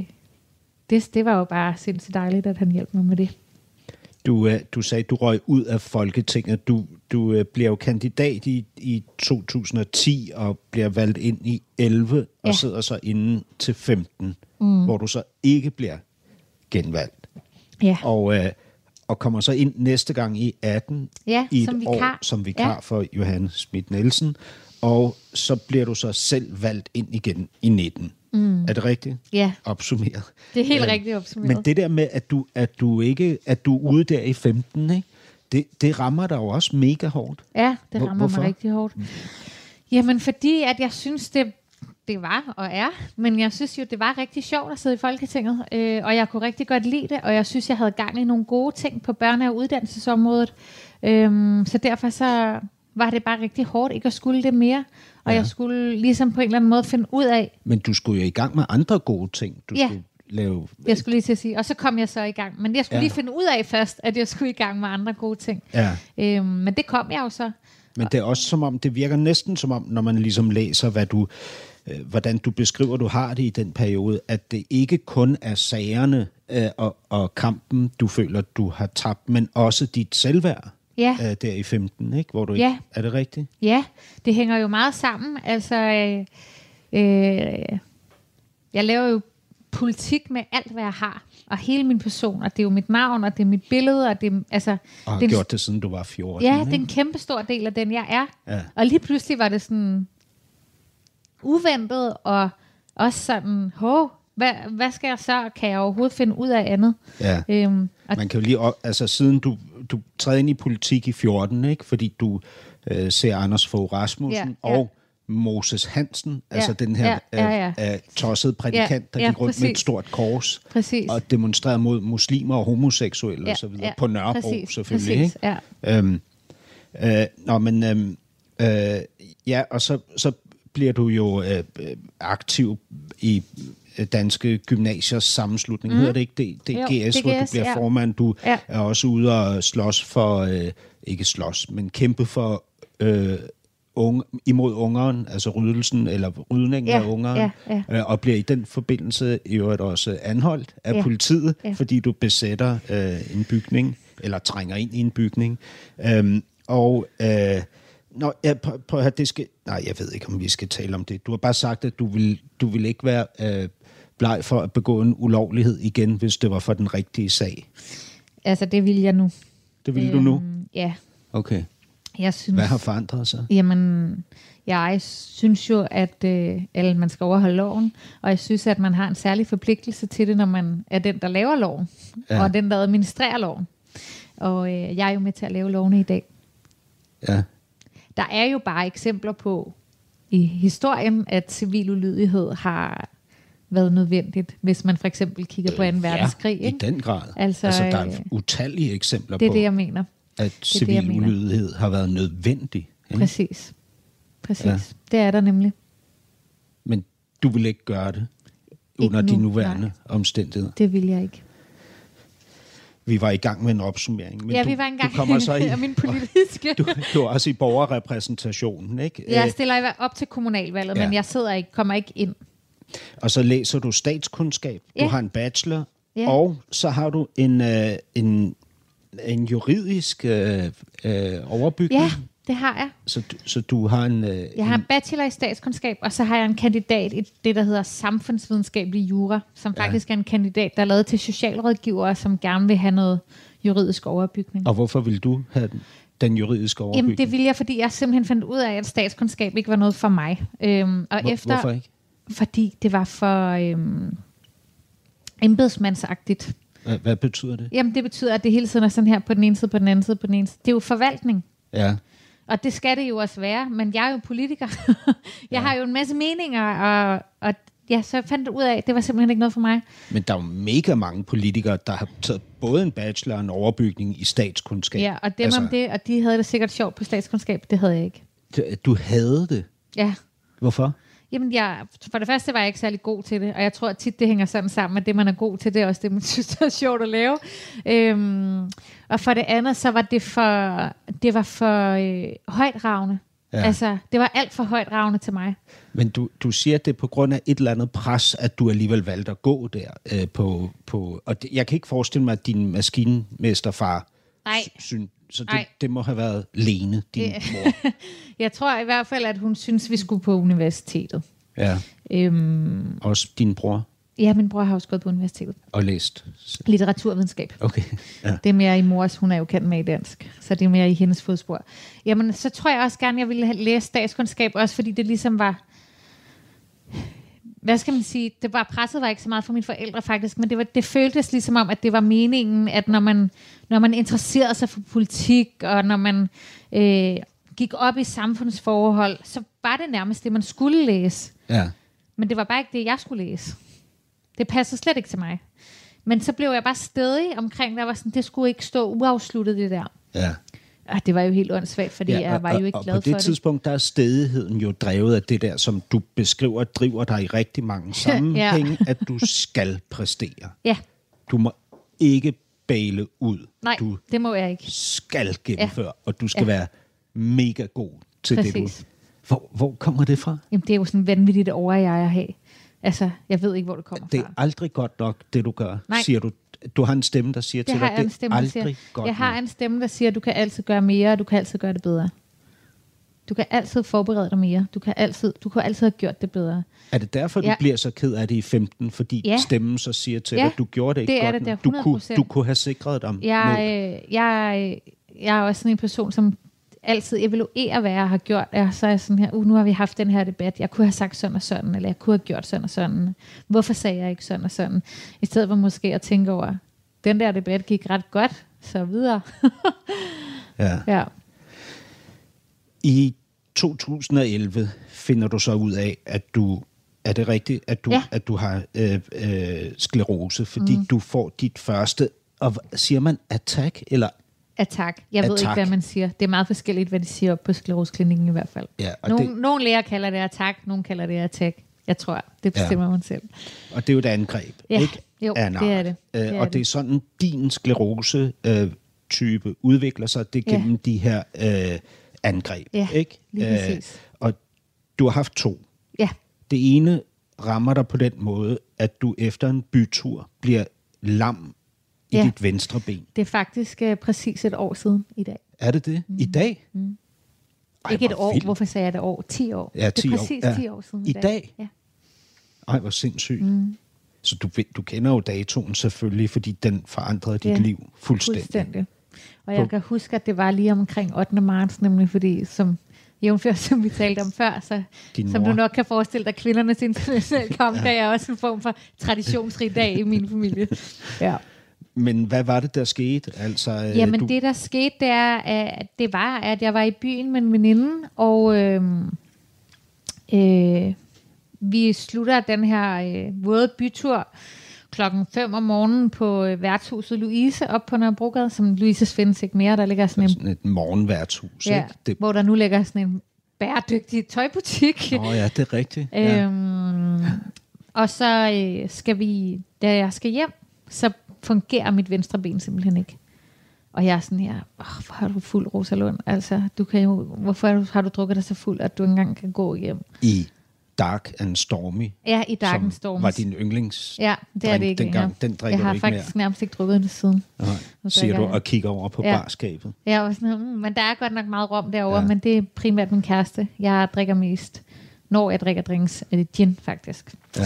det var jo bare sindssygt dejligt, at han hjalp mig med det. Du sagde, du røg ud af Folketinget. Du bliver jo kandidat i 2010 og bliver valgt ind i 11 og sidder så inde til 15, hvor du så ikke bliver genvalgt. Ja. Og kommer så ind næste gang i 18 i et år som vikar for Johanne Schmidt-Nielsen. Og så bliver du så selv valgt ind igen i 19. Er det rigtigt? Ja. Opsummeret. Det er helt rigtigt opsummeret. Men det der med, at du er ude der i 15, ikke? Det rammer dig jo også mega hårdt. Ja, det rammer mig rigtig hårdt. Jamen, fordi at jeg synes, det var og er, men jeg synes jo, det var rigtig sjovt at sidde i Folketinget, og jeg kunne rigtig godt lide det, og jeg synes, jeg havde gang i nogle gode ting på børne- og uddannelsesområdet. Så derfor så var det bare rigtig hårdt ikke at skulle det mere, og jeg skulle ligesom på en eller anden måde finde ud af. Men du skulle jo i gang med andre gode ting. Skulle lave... Jeg skulle lige til at sige, og så kom jeg så i gang. Men jeg skulle lige finde ud af først, at jeg skulle i gang med andre gode ting. Ja. Men det kom jeg jo så. Men det er også som om, det virker næsten som om, når man ligesom læser, hvordan du beskriver, du har det i den periode, at det ikke kun er sagerne og kampen, du føler, du har tabt, men også dit selvværd. Ja. Der i 15, ikke? Hvor du ikke, er det rigtigt? Ja, det hænger jo meget sammen. Altså, jeg laver jo politik med alt, hvad jeg har, og hele min person, og det er jo mit navn, og det er mit billede, og det er, altså... Og har gjort det, siden du var 14, Ja, det er en kæmpe stor del af den, jeg er. Ja. Og lige pludselig var det sådan uventet, og også sådan, hvad skal jeg så? Kan jeg overhovedet finde ud af andet? Ja. Man kan jo lige, altså siden du træder ind i politik i 14, ikke? Fordi du ser Anders Fogh Rasmussen og Moses Hansen, altså den her tossede prædikant, der gik rundt med et stort kors og demonstrerede mod muslimer og homoseksuelle og så videre, på Nørrebro selvfølgelig. Ikke? Og så bliver du jo aktiv i Danske Gymnasiers Sammenslutning. Hedder det ikke DGS, hvor du bliver formand. Du er også ude og slås for, ikke slås, men kæmpe for imod ungeren, altså rydningen af ungeren, og bliver i den forbindelse i øvrigt også anholdt af politiet, fordi du besætter en bygning, eller trænger ind i en bygning. Jeg ved ikke, om vi skal tale om det. Du har bare sagt, at du vil ikke være bleg for at begå en ulovlighed igen, hvis det var for den rigtige sag. Altså, det vil jeg nu. Det vil du nu? Ja. Okay. Jeg synes, hvad har forandret sig? Jamen, jeg synes jo, at man skal overholde loven, og jeg synes, at man har en særlig forpligtelse til det, når man er den, der laver loven, og den, der administrerer loven. Og jeg er jo med til at lave lovene i dag. Ja. Der er jo bare eksempler på i historien, at civil ulydighed har været nødvendigt, hvis man for eksempel kigger på 2. verdenskrig. Ja, i den grad. Altså der er utallige eksempler på, det, jeg mener. At civil ulydighed har været nødvendig. Ikke? Præcis. Ja. Det er der nemlig. Men du vil ikke gøre det under de nuværende omstændigheder? Det vil jeg ikke. Vi var i gang med en opsummering. Men vi var i gang med min politiske. Du er også i borgerrepræsentationen, ikke? Jeg stiller op til kommunalvalget, men jeg kommer ikke ind. Og så læser du statskundskab. Du har en bachelor, og så har du en juridisk overbygning. Ja, det har jeg. Så du har en... Jeg har en bachelor i statskundskab, og så har jeg en kandidat i det, der hedder samfundsvidenskabelig jura, som faktisk er en kandidat, der er lavet til socialrådgivere, som gerne vil have noget juridisk overbygning. Og hvorfor vil du have den? den juridiske overbygning? Jamen, det ville jeg, fordi jeg simpelthen fandt ud af, at statskundskab ikke var noget for mig. Hvorfor ikke? Fordi det var for embedsmandsagtigt. Hvad betyder det? Jamen, det betyder, at det hele tiden er sådan her på den ene side, på den anden side, på den ene side. Det er jo forvaltning. Ja. Og det skal det jo også være, men jeg er jo politiker. Jeg har jo en masse meninger, og ja, så jeg fandt ud af, at det var simpelthen ikke noget for mig. Men der er jo mega mange politikere, der har taget både en bachelor og en overbygning i statskundskab. Ja, og dem om det, og de havde det sikkert sjovt på statskundskab, det havde jeg ikke. Du havde det? Ja. Hvorfor? Jamen, for det første var jeg ikke særlig god til det, og jeg tror at tit, det hænger sådan sammen, at det, man er god til, det er også det, man synes, er sjovt at lave. Og for det andet, så var det var for højtravende. Ja. Altså, det var alt for højtravende til mig. Men du siger, at det er på grund af et eller andet pres, at du alligevel valgte at gå der på og jeg kan ikke forestille mig, at din maskinmesterfar synes. Så det må have været Lene, din mor. Jeg tror i hvert fald, at hun synes, vi skulle på universitetet. Ja. Også din bror? Ja, min bror har også gået på universitetet. Og læst? Litteraturvidenskab. Okay. Ja. Det er mere i mors, hun er jo kendt med i dansk. Så det er mere i hendes fodspor. Jamen, så tror jeg også gerne, jeg ville læse statskundskab, også fordi det ligesom var... Hvad skal man sige? Det var presset var ikke så meget for mine forældre faktisk, men det føltes ligesom om, at det var meningen, at når man interesserede sig for politik, og når man gik op i samfundsforhold, så var det nærmest det, man skulle læse. Ja. Men det var bare ikke det, jeg skulle læse. Det passede slet ikke til mig. Men så blev jeg bare stædig omkring, der var sådan, det skulle ikke stå uafsluttet det der. Ja. Og det var jo helt åndssvagt, fordi jeg var jo ikke glad for det. Og på det tidspunkt, der er stædigheden jo drevet af det der, som du beskriver, driver dig i rigtig mange sammenhænge, at du skal præstere. Ja. Du må ikke bale ud. Nej, det må jeg ikke. Skal gennemføre, og du skal være mega god til det, du... Hvor kommer det fra? Jamen, det er jo sådan vanvittigt over at have. Altså, jeg ved ikke, hvor det kommer fra. Det er aldrig godt nok, det du gør, Nej. siger du. Du har en stemme, der siger til dig, det er aldrig godt nok. Jeg har en stemme, der siger, at du kan altid gøre mere, og du kan altid gøre det bedre. Du kan altid forberede dig mere. Du kan altid have gjort det bedre. Er det derfor, du bliver så ked af det i 15? Fordi stemmen så siger til dig, at du gjorde det ikke det godt nok? Du kunne have sikret dig. Jeg er også sådan en person, som altid evaluerer, hvad jeg har gjort. Så er jeg sådan her, nu har vi haft den her debat. Jeg kunne have sagt sådan og sådan, eller jeg kunne have gjort sådan og sådan. Hvorfor sagde jeg ikke sådan og sådan? I stedet for måske at tænke over, den der debat gik ret godt, så videre. Ja. I 2011 finder du så ud af, at du... Er det rigtigt, at du har sklerose, fordi du får dit første... Og siger man attack, eller... Attack. Jeg ved ikke, hvad man siger. Det er meget forskelligt, hvad de siger op på skleroseklinikken i hvert fald. Ja, nogle læger kalder det attack, nogle kalder det attack. Jeg tror, det bestemmer man selv. Og det er jo et angreb, ikke? Jo, det er det. Det er sådan, din sklerose-type udvikler sig, det gennem de her angreb, ikke? Lige præcis. Og du har haft 2. Ja. Det ene rammer dig på den måde, at du efter en bytur bliver lam i dit venstre ben. Det er faktisk præcis et år siden i dag. Er det det? I dag? Ej, ikke et år. Vildt. Hvorfor sagde jeg det år? 10 år. Ja, 10 det er præcis 10 år siden i dag. Ja. Ej, hvor sindssygt. Så du kender jo datoen selvfølgelig, fordi den forandrede dit liv fuldstændig. Og jeg kan huske, at det var lige omkring 8. marts, nemlig fordi, som vi talte om før, så som du nok kan forestille dig, kvindernes internationale kampdag er også en form for traditionsrig dag i min familie. Ja. Men hvad var det, der skete? Altså, jamen det, der skete, det var, at jeg var i byen med en veninde, og vi slutter den her våde bytur 5:00 om morgenen på værtshuset Louise op på Nørrebrogade, som Louises findes ikke mere. Der ligger sådan et morgenværtshus, ikke? Det... Hvor der nu ligger sådan en bæredygtig tøjbutik. Ja, det er rigtigt. Og så da jeg skal hjem, så fungerer mit venstre ben simpelthen ikke. Og jeg er sådan her, hvor har du fuld, Rosalund? Altså, hvorfor har du drukket dig så fuld, at du ikke engang kan gå hjem? I Dark and Stormy. Ja, i Dark and Stormy. Var din yndlings. Ja, det er det ikke. Dengang, den drikker jeg har du ikke faktisk nærmest ikke drukket det siden. Nej, siger du og kigger over på barskabet. Ja, og sådan, men der er godt nok meget rom derovre, men det er primært min kæreste. Jeg drikker mest, når jeg drikker drinks, er det gin faktisk. Ja.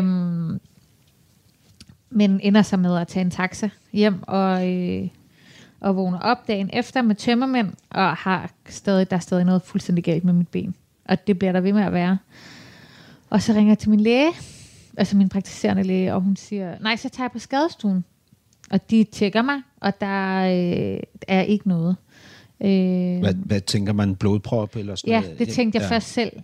Men ender så med at tage en taxa hjem, og vågner op dagen efter med tømmermænd, og der er stadig noget fuldstændig galt med mit ben. Og det bliver der ved med at være. Og så ringer jeg til min læge, altså min praktiserende læge, og hun siger, nej, så tager jeg på skadestuen. Og de tjekker mig, og der er ikke noget. Hvad tænker man? Blodprop eller sådan noget? Ja, det tænkte jeg først selv.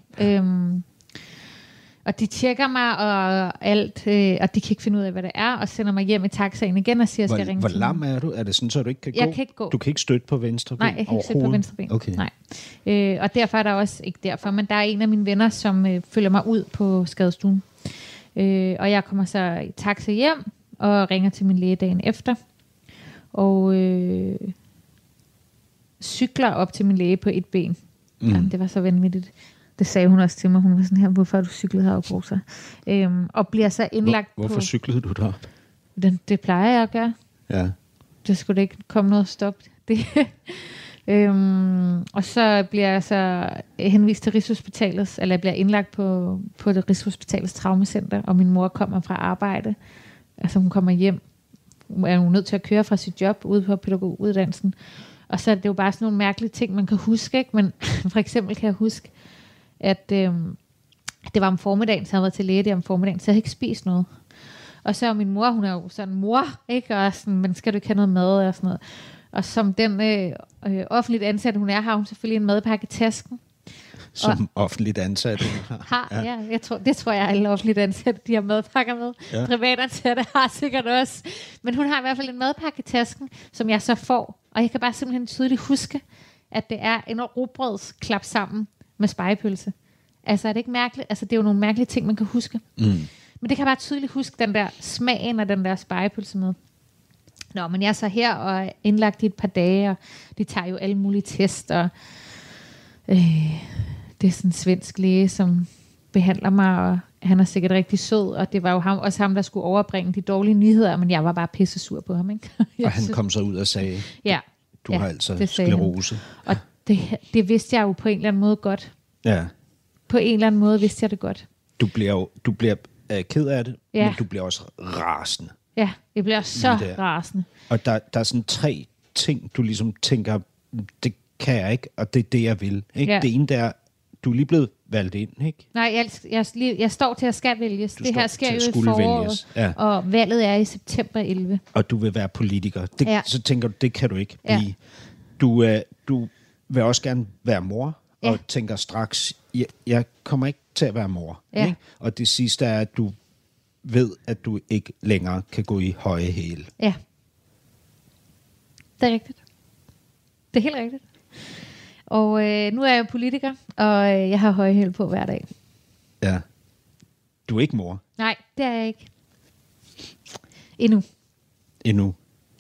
Og de tjekker mig og alt, og de kan ikke finde ud af, hvad det er, og sender mig hjem i taxaen igen og siger, at jeg skal ringe til. Hvor lam er du? Er det sådan, så du ikke kan gå? Jeg kan ikke gå. Du kan ikke støtte på venstre ben? Nej, jeg kan ikke støtte på venstre ben. Okay. Nej. Og derfor er der også, ikke derfor, men der er en af mine venner, som følger mig ud på skadestuen. Og jeg kommer så i taxa hjem og ringer til min læge dagen efter. Og cykler op til min læge på et ben. Jamen, det var så vanvittigt. Det sagde hun også til mig. Hun var sådan her, hvorfor har du cyklet herop, Rosa? Og bliver så indlagt Hvorfor cyklede du derop? Det plejer jeg at gøre. Ja. Der skulle det ikke komme noget stop. Det. Og så bliver jeg så henvist til Rigshospitalets, eller jeg bliver indlagt på det Rigshospitalets traumacenter, og min mor kommer fra arbejde. Altså hun kommer hjem, er hun nødt til at køre fra sit job ude på pædagoguddannelsen. Og så er det jo bare sådan nogle mærkelige ting, man kan huske, ikke? Men for eksempel kan jeg huske, at det var om formiddagen, så jeg havde været til læge der om formiddagen, så jeg havde ikke spist noget. Og så min mor, hun er jo sådan mor, ikke? Og sådan, men skal du ikke have noget mad og sådan noget. Og som den offentligt ansatte hun er, har hun selvfølgelig en madpakke i tasken. Som offentligt ansatte ja. Det tror jeg, alle offentligt ansatte, de har madpakker med. Ja. Privatansatte har sikkert også. Men hun har i hvert fald en madpakke i tasken, som jeg så får. Og jeg kan bare simpelthen tydeligt huske, at det er en rugbrødsklap sammen med spegepølse. Altså er det ikke mærkeligt? Altså det er jo nogle mærkelige ting, man kan huske. Men det kan jeg bare tydeligt huske, den der smagen af den der spegepølse med. Nå, men jeg er så her og er indlagt i et par dage, og de tager jo alle mulige tester. Det er sådan en svensk læge, som behandler mig, og han er sikkert rigtig sød, og det var jo også ham, der skulle overbringe de dårlige nyheder, men jeg var bare pisse sur på ham, ikke? Og han kom så ud og sagde, du har altså sklerose. Og det vidste jeg jo på en eller anden måde godt. Ja. På en eller anden måde vidste jeg det godt. Du bliver ked af det, men du bliver også rasende. Ja, jeg bliver så rasende. Og der er sådan 3 ting, du ligesom tænker, det kan jeg ikke, og det er det, jeg vil. Ikke? Ja. Det ene der, du er lige blevet valgt ind, ikke? Nej, jeg står til at skal vælges. Det her sker jo i foråret, og valget er i september 11. Og du vil være politiker. Så tænker du, det kan du ikke blive. Du vil også gerne være mor, og tænker straks, jeg kommer ikke til at være mor. Ja. Ikke? Og det sidste er, at du ved, at du ikke længere kan gå i høje hæle. Ja. Det er rigtigt. Det er helt rigtigt. Og nu er jeg jo politiker, og jeg har høje hæle på hver dag. Ja. Du er ikke mor? Nej, det er jeg ikke. Endnu.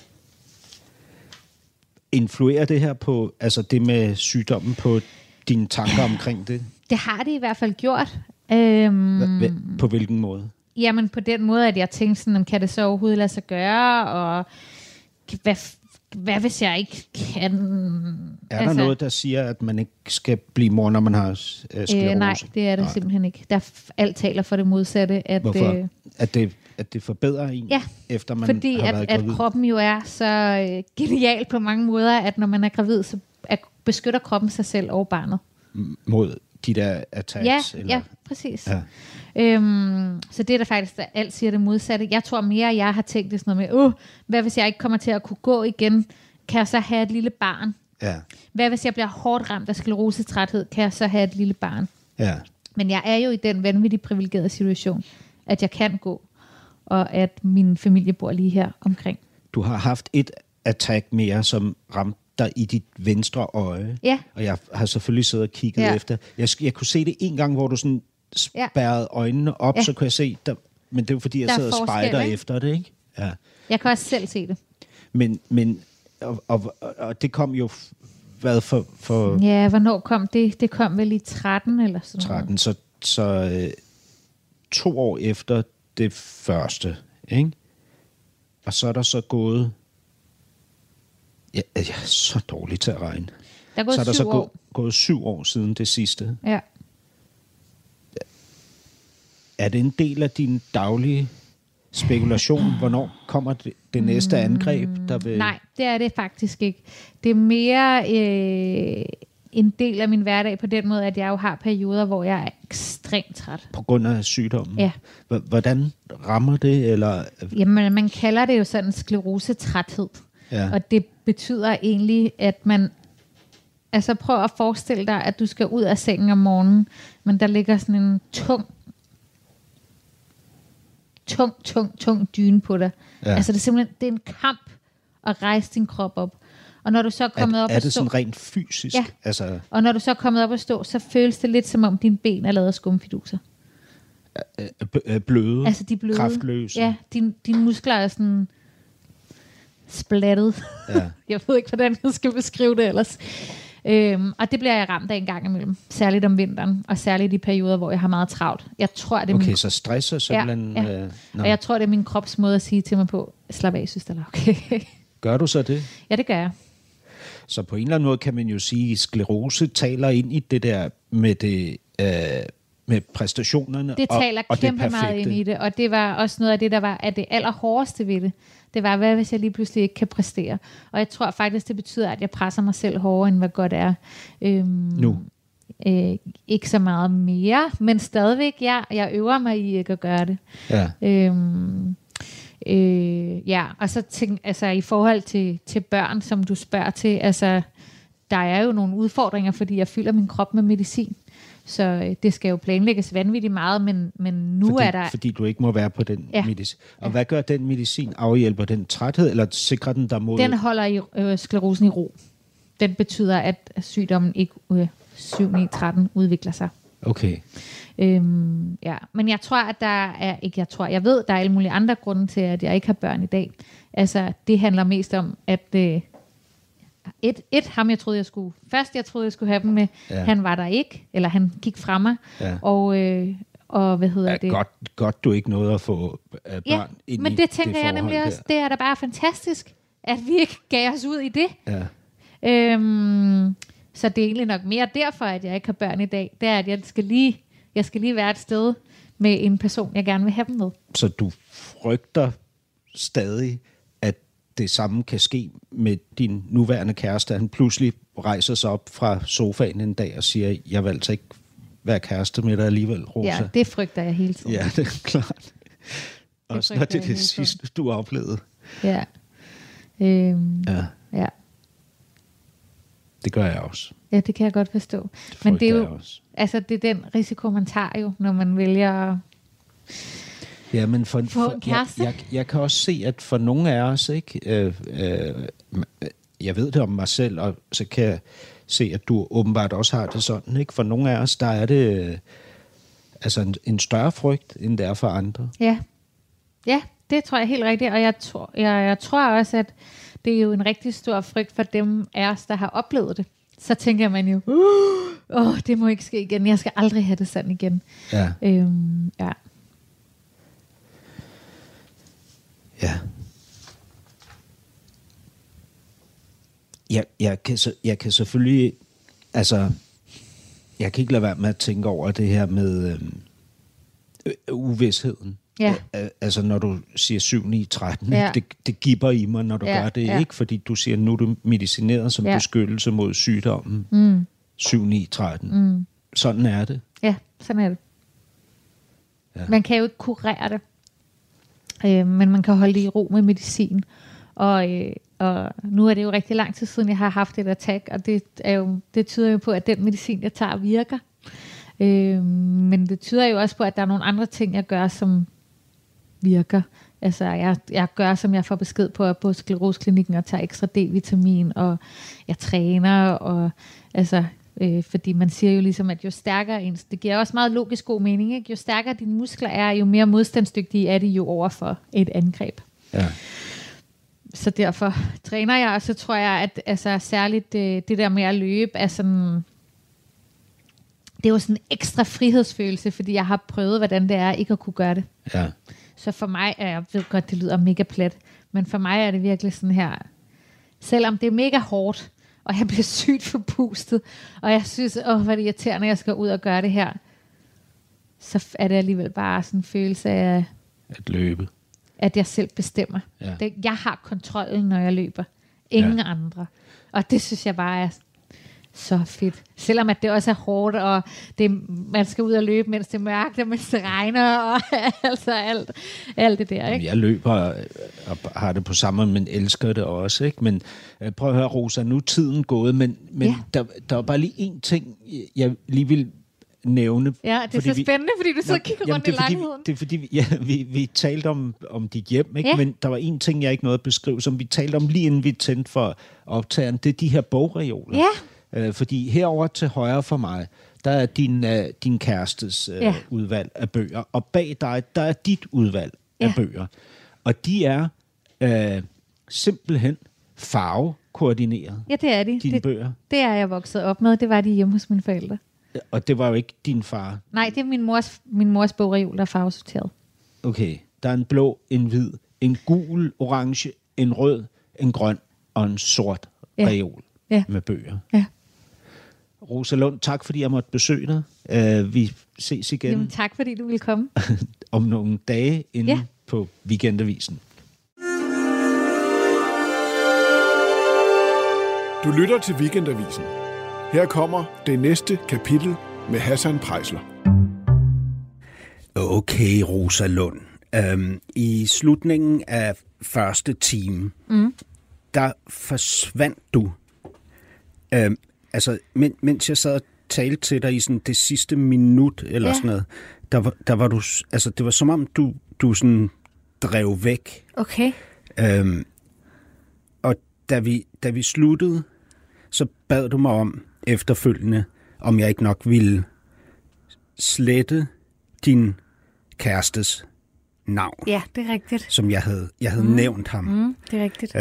Influerer det her på, altså det med sygdommen, på dine tanker omkring det? Det har det i hvert fald gjort. På hvilken måde? Jamen på den måde, at jeg tænkte sådan, kan det så overhovedet lade sig gøre, og hvad hvis jeg ikke kan? Er der noget, der siger, at man ikke skal blive mor, når man har sklerose? Nej, det er det simpelthen ikke. Alt taler for det modsatte. Hvorfor? At det forbedrer en, efter man fordi har været gravid? Fordi at kroppen jo er så genial på mange måder, at når man er gravid, så beskytter kroppen sig selv og barnet. Mod de der attacks? Ja, præcis. Ja. Så det er der faktisk, der alt siger det modsatte. Jeg tror mere, at jeg har tænkt det sådan noget med, hvad hvis jeg ikke kommer til at kunne gå igen? Kan jeg så have et lille barn? Ja. Hvad hvis jeg bliver hårdt ramt af sklerosetræthed? Kan jeg så have et lille barn? Ja. Men jeg er jo i den vanvittigt privilegerede situation, at jeg kan gå, og at min familie bor lige her omkring. Du har haft et attack mere, som ramte dig i dit venstre øje. Ja. Og jeg har selvfølgelig siddet og kigget efter. Jeg kunne se det en gang, hvor du sådan spærrede øjnene op, så kunne jeg se, men det er jo fordi, jeg sad og spejder efter det, ikke? Ja. Jeg kan også selv se det. Men og det kom jo, hvad for... Ja, hvornår kom det? Det kom vel i 13 eller sådan 13, så 2 år efter det første, ikke? Og så er der så gået... Jeg er så dårlig til at regne. Der er gået så er der 7 år. Gået 7 år siden det sidste. Ja. Er det en del af din daglige spekulation? Hvornår kommer det næste angreb? Der vil... Nej, det er det faktisk ikke. Det er mere en del af min hverdag på den måde, at jeg jo har perioder, hvor jeg er ekstremt træt. På grund af sygdommen? Ja. Hvordan rammer det? Eller? Jamen, man kalder det jo sådan sklerosetræthed. Ja. Og det betyder egentlig, at man... Altså prøv at forestille dig, at du skal ud af sengen om morgenen, men der ligger sådan en tung dyne på dig. Ja. Altså det er simpelthen det er en kamp at rejse din krop op. Og når du så er kommet op og stå... Er det sådan rent fysisk? Ja. Altså... Og når du så er kommet op og stå, så føles det lidt som om dine ben er lavet af skumfiduser. Bløde? Altså de bløde. Kraftløse? Ja, dine muskler er sådan splattet. Ja. Jeg ved ikke, hvordan jeg skal beskrive det ellers. Og det bliver jeg ramt af en gang imellem. Særligt om vinteren, og særligt i perioder, hvor jeg har meget travlt. Jeg tror, det er okay, så stresser simpelthen... Ja. Og jeg tror, det er min krops måde at sige til mig på, slap af, synes det er okay. Gør du så det? Ja, det gør jeg. Så på en eller anden måde kan man jo sige, at sklerose taler ind i det der med det... med præstationerne det taler og kæmpe det meget ind i det, og det var også noget af det, der var af det allerhårdeste ved det. Det var, hvad hvis jeg lige pludselig ikke kan præstere? Og jeg tror faktisk, det betyder, at jeg presser mig selv hårdere, end hvad godt er. Nu? Ikke så meget mere, men stadigvæk, jeg øver mig i ikke at gøre det. Ja. Og så altså i forhold til børn, som du spørger til, altså der er jo nogle udfordringer, fordi jeg fylder min krop med medicin. Så det skal jo planlægges vanvittigt meget, men nu er der... Fordi du ikke må være på den medicin. Og hvad gør den medicin? Afhjælper den træthed, eller sikrer den der mod... Den holder sklerosen i ro. Den betyder, at sygdommen ikke 7-9-13 udvikler sig. Okay. Men jeg tror, at der er... Jeg ved, der er alle mulige andre grunde til, at jeg ikke har børn i dag. Altså, det handler mest om, at... Ham jeg troede jeg skulle have dem med. Ja. Han var der ikke, eller han gik fra mig. Ja. Og hvad hedder det? Godt du ikke nåede at få børn ind i men det tænker jeg nemlig også. Det er da bare fantastisk, at vi ikke gav os ud i det. Ja. Så det er egentlig nok mere derfor, at jeg ikke har børn i dag. Det er, at jeg skal lige være et sted med en person, jeg gerne vil have dem med. Så du frygter stadig, at det samme kan ske med din nuværende kæreste, han pludselig rejser sig op fra sofaen en dag og siger, jeg vil altså ikke være kæreste med dig alligevel, Rosa. Ja, det frygter jeg hele tiden. Ja, det er klart. Også når det er det sidste, du har oplevet. Ja. Ja. Det gør jeg også. Ja, det kan jeg godt forstå. Men det er jo, altså det er den risiko, man tager jo, når man vælger... Ja, men jeg kan også se, at for nogle af os, ikke, jeg ved det om mig selv, og så kan jeg se, at du åbenbart også har det sådan, ikke? For nogle af os, der er det altså en større frygt, end det er for andre. Ja, det tror jeg helt rigtigt, og jeg tror også, at det er jo en rigtig stor frygt for dem af os, der har oplevet det. Så tænker man jo, det må ikke ske igen, jeg skal aldrig have det sådan igen. Ja. Ja. Ja. Jeg kan selvfølgelig, altså, jeg kan ikke lade være med at tænke over det her med uvidsheden. Ja. Altså når du siger 7-9-13, ja. det gibber i mig, når du gør det, ikke? Fordi du siger, nu er du medicineret som beskyttelse mod sygdommen. 7-9-13. Sådan er det. Ja, sådan er det. Ja. Man kan jo ikke kurere det. Men man kan holde det i ro med medicin. Og nu er det jo rigtig lang tid siden, jeg har haft et attack, og det tyder jo på, at den medicin, jeg tager, virker. Men det tyder jo også på, at der er nogle andre ting, jeg gør, som virker. Altså, jeg gør, som jeg får besked på skleroseklinikken, og tager ekstra D-vitamin, og jeg træner, og altså... fordi man siger jo ligesom, at jo stærkere ens, det giver også meget logisk god mening, ikke? Jo stærkere dine muskler er, jo mere modstandsdygtige er de jo over for et angreb. Ja. Så derfor træner jeg, og så tror jeg, at altså, særligt det der med at løbe er sådan, det er jo sådan en ekstra frihedsfølelse, fordi jeg har prøvet, hvordan det er ikke at kunne gøre det. Ja. Så for mig, jeg ved godt, det lyder mega plat, men for mig er det virkelig sådan her, selvom det er mega hårdt, og jeg bliver sygt forpustet, og jeg synes, hvor er det irriterende, at jeg skal ud og gøre det her, så er det alligevel bare sådan en følelse af... At løbe. at jeg selv bestemmer. Ja. Jeg har kontrollen, når jeg løber. Ingen andre. Og det synes jeg bare er så fedt. Selvom at det også er hårdt, og man skal ud og løbe, mens det er mørkt, og mens det regner, og altså alt det der. Ikke? Jeg løber og har det på samme, men elsker det også. Ikke? Men prøv at høre, Rosa, nu er tiden gået, men der var bare lige en ting, jeg lige vil nævne. Ja, det er så spændende, fordi du sidder og kigger rundt i langheden. Det er fordi, vi talte om dit hjem, ikke? Men der var en ting, jeg ikke nåede at beskrive, som vi talte om lige inden vi tændte for optageren, det er de her bogreoler. Ja. Fordi herover til højre for mig, der er din kærestes udvalg af bøger, og bag dig, der er dit udvalg af bøger. Og de er simpelthen farvekoordineret. Ja, det er de. Dine bøger. Det er jeg vokset op med. Det var de hjemme hos mine forældre. Og det var jo ikke din far? Nej, det er min mors bogreol, der er farvesorteret. Okay, der er en blå, en hvid, en gul, orange, en rød, en grøn og en sort reol med bøger. Ja. Rosa Lund, tak fordi jeg måtte besøge dig. Vi ses igen. Jamen, tak fordi du ville komme. Om nogle dage inde på Weekendavisen. Du lytter til Weekendavisen. Her kommer det næste kapitel med Hassan Preisler. Okay, Rosa Lund. I slutningen af første time, der forsvandt du. Mens jeg sad og talte til dig i sådan det sidste minut, eller sådan noget, der var du, altså det var som om du sådan drev væk. Okay. Og da vi sluttede, så bad du mig om efterfølgende, om jeg ikke nok ville slette din kærestes navn. Ja, det er rigtigt. Som jeg havde nævnt ham. Det er rigtigt.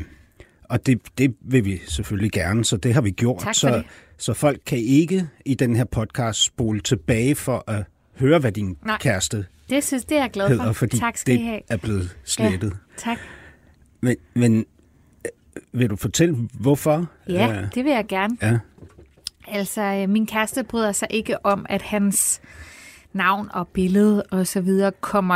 Og det vil vi selvfølgelig gerne, så det har vi gjort. Tak for det. Så folk kan ikke i den her podcast spole tilbage for at høre, hvad din kæreste det er jeg glad for. Hedder, fordi tak skal I have. Det er blevet slettet. Ja, tak. Men vil du fortælle, hvorfor? Ja, det vil jeg gerne. Ja. Altså, min kæreste bryder sig ikke om, at hans navn og billede og så videre kommer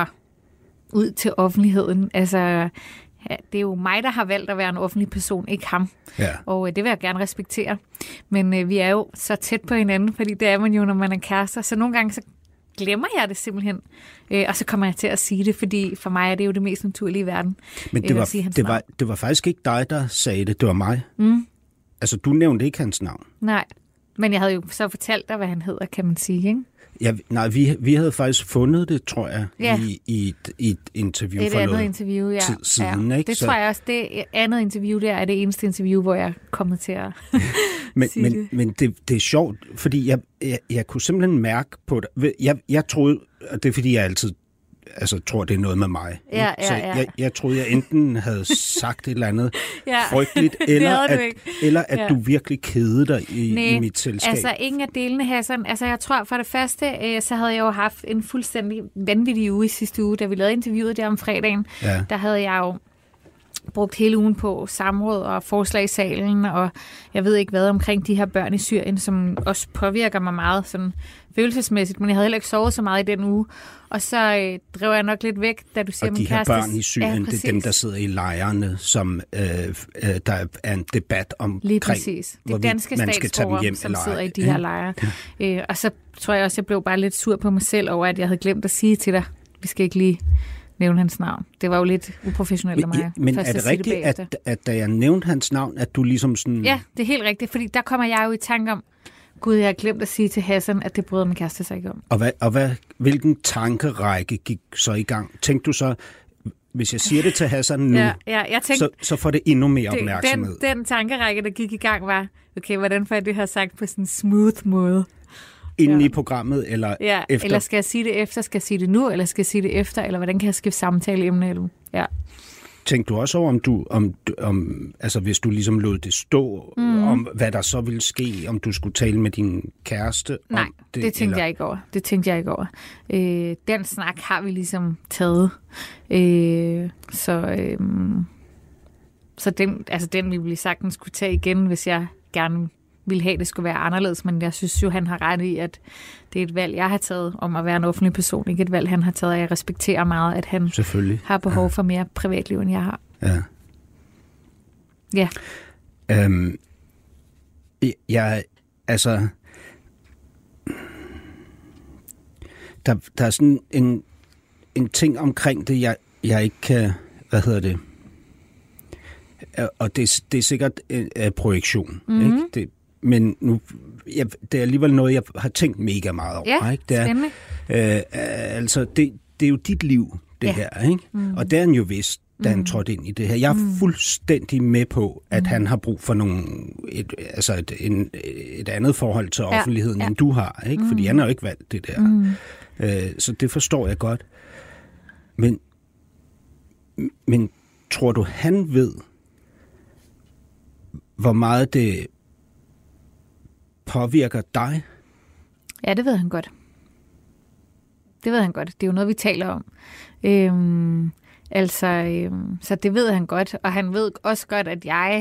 ud til offentligheden. Altså, det er jo mig, der har valgt at være en offentlig person, ikke ham. Ja. Og det vil jeg gerne respektere. Men vi er jo så tæt på hinanden, fordi det er man jo, når man er kærester. Så nogle gange så glemmer jeg det simpelthen. Og så kommer jeg til at sige det, fordi for mig er det jo det mest naturlige i verden. Men det var faktisk ikke dig, der sagde det. Det var mig. Altså, du nævnte ikke hans navn. Nej, men jeg havde jo så fortalt dig, hvad han hedder, kan man sige, ikke? Ja, nej, vi havde faktisk fundet det, tror jeg, i et interview for noget tid siden. Ikke? Det tror jeg også. Det andet interview, det er det eneste interview, hvor jeg er kommet til at sige det. Men det er sjovt, fordi jeg kunne simpelthen mærke på det. Jeg troede, og det er fordi, jeg altid tror, det er noget med mig. Jeg troede, jeg enten havde sagt et eller andet frygteligt, eller at du virkelig kedede dig i mit selskab. Altså ingen af delene, Hassan. Altså jeg tror for det første, så havde jeg jo haft en fuldstændig vanvittig uge i sidste uge, da vi lavede interviewet der om fredagen. Ja. Der havde jeg jo brugt hele ugen på samråd og forslag i salen, og jeg ved ikke hvad omkring de her børn i Syrien, som også påvirker mig meget sådan følelsesmæssigt, men jeg havde heller ikke sovet så meget i den uge. Og så drev jeg nok lidt væk, da du siger, min kæreste... Og de her børn i Syrien, det er dem, der sidder i lejrene, som der er en debat om. Lige præcis. Det er danske statsborgere, som sidder i de her lejre. Ja. Og så tror jeg også, jeg blev bare lidt sur på mig selv over, at jeg havde glemt at sige til dig, vi skal ikke lige nævne hans navn. Det var jo lidt uprofessionelt af mig. Men er det rigtigt, at da jeg nævnte hans navn, at du ligesom sådan... Ja, det er helt rigtigt, fordi der kommer jeg jo i tanke om, gud, jeg har glemt at sige til Hassan, at det bryder min kæreste sig ikke om. Hvilken tankerække gik så i gang? Tænkte du så, hvis jeg siger det til Hassan nu, jeg tænkte, så får det endnu mere opmærksomhed? Den tankerække, der gik i gang, var, okay, hvordan får jeg det her sagt på sådan en smooth måde? Inden i programmet, eller efter? Eller skal jeg sige det efter, skal jeg sige det nu, eller skal jeg sige det efter, eller hvordan kan jeg skifte samtaleemne? Ja. Tænkte du også over, om altså hvis du ligesom lod det stå, om hvad der så ville ske, om du skulle tale med din kæreste? Nej, om det tænkte jeg ikke over. Det tænkte jeg ikke over. Den snak har vi ligesom taget. Så den vi ville sagtens kunne tage igen, hvis jeg gerne ville have, det skulle være anderledes, men jeg synes jo, han har ret i, at det er et valg, jeg har taget om at være en offentlig person, ikke et valg, han har taget, og jeg respekterer meget, at han har behov for mere privatliv, end jeg har. Ja. Ja. Der er sådan en ting omkring det, jeg ikke kan, og det er sikkert projektion, ikke? Men nu, det er alligevel noget, jeg har tænkt mega meget over. Ikke? Det er, det er jo dit liv, det her, ikke? Og det er han jo vidst, da han trådte ind i det her. Jeg er fuldstændig med på, at han har brug for et andet forhold til offentligheden, end du har, ikke? Fordi han har jo ikke valgt det der. Så det forstår jeg godt. Men tror du, han ved, hvor meget det påvirker dig? Ja, det ved han godt. Det ved han godt. Det er jo noget, vi taler om. Så det ved han godt, og han ved også godt, at jeg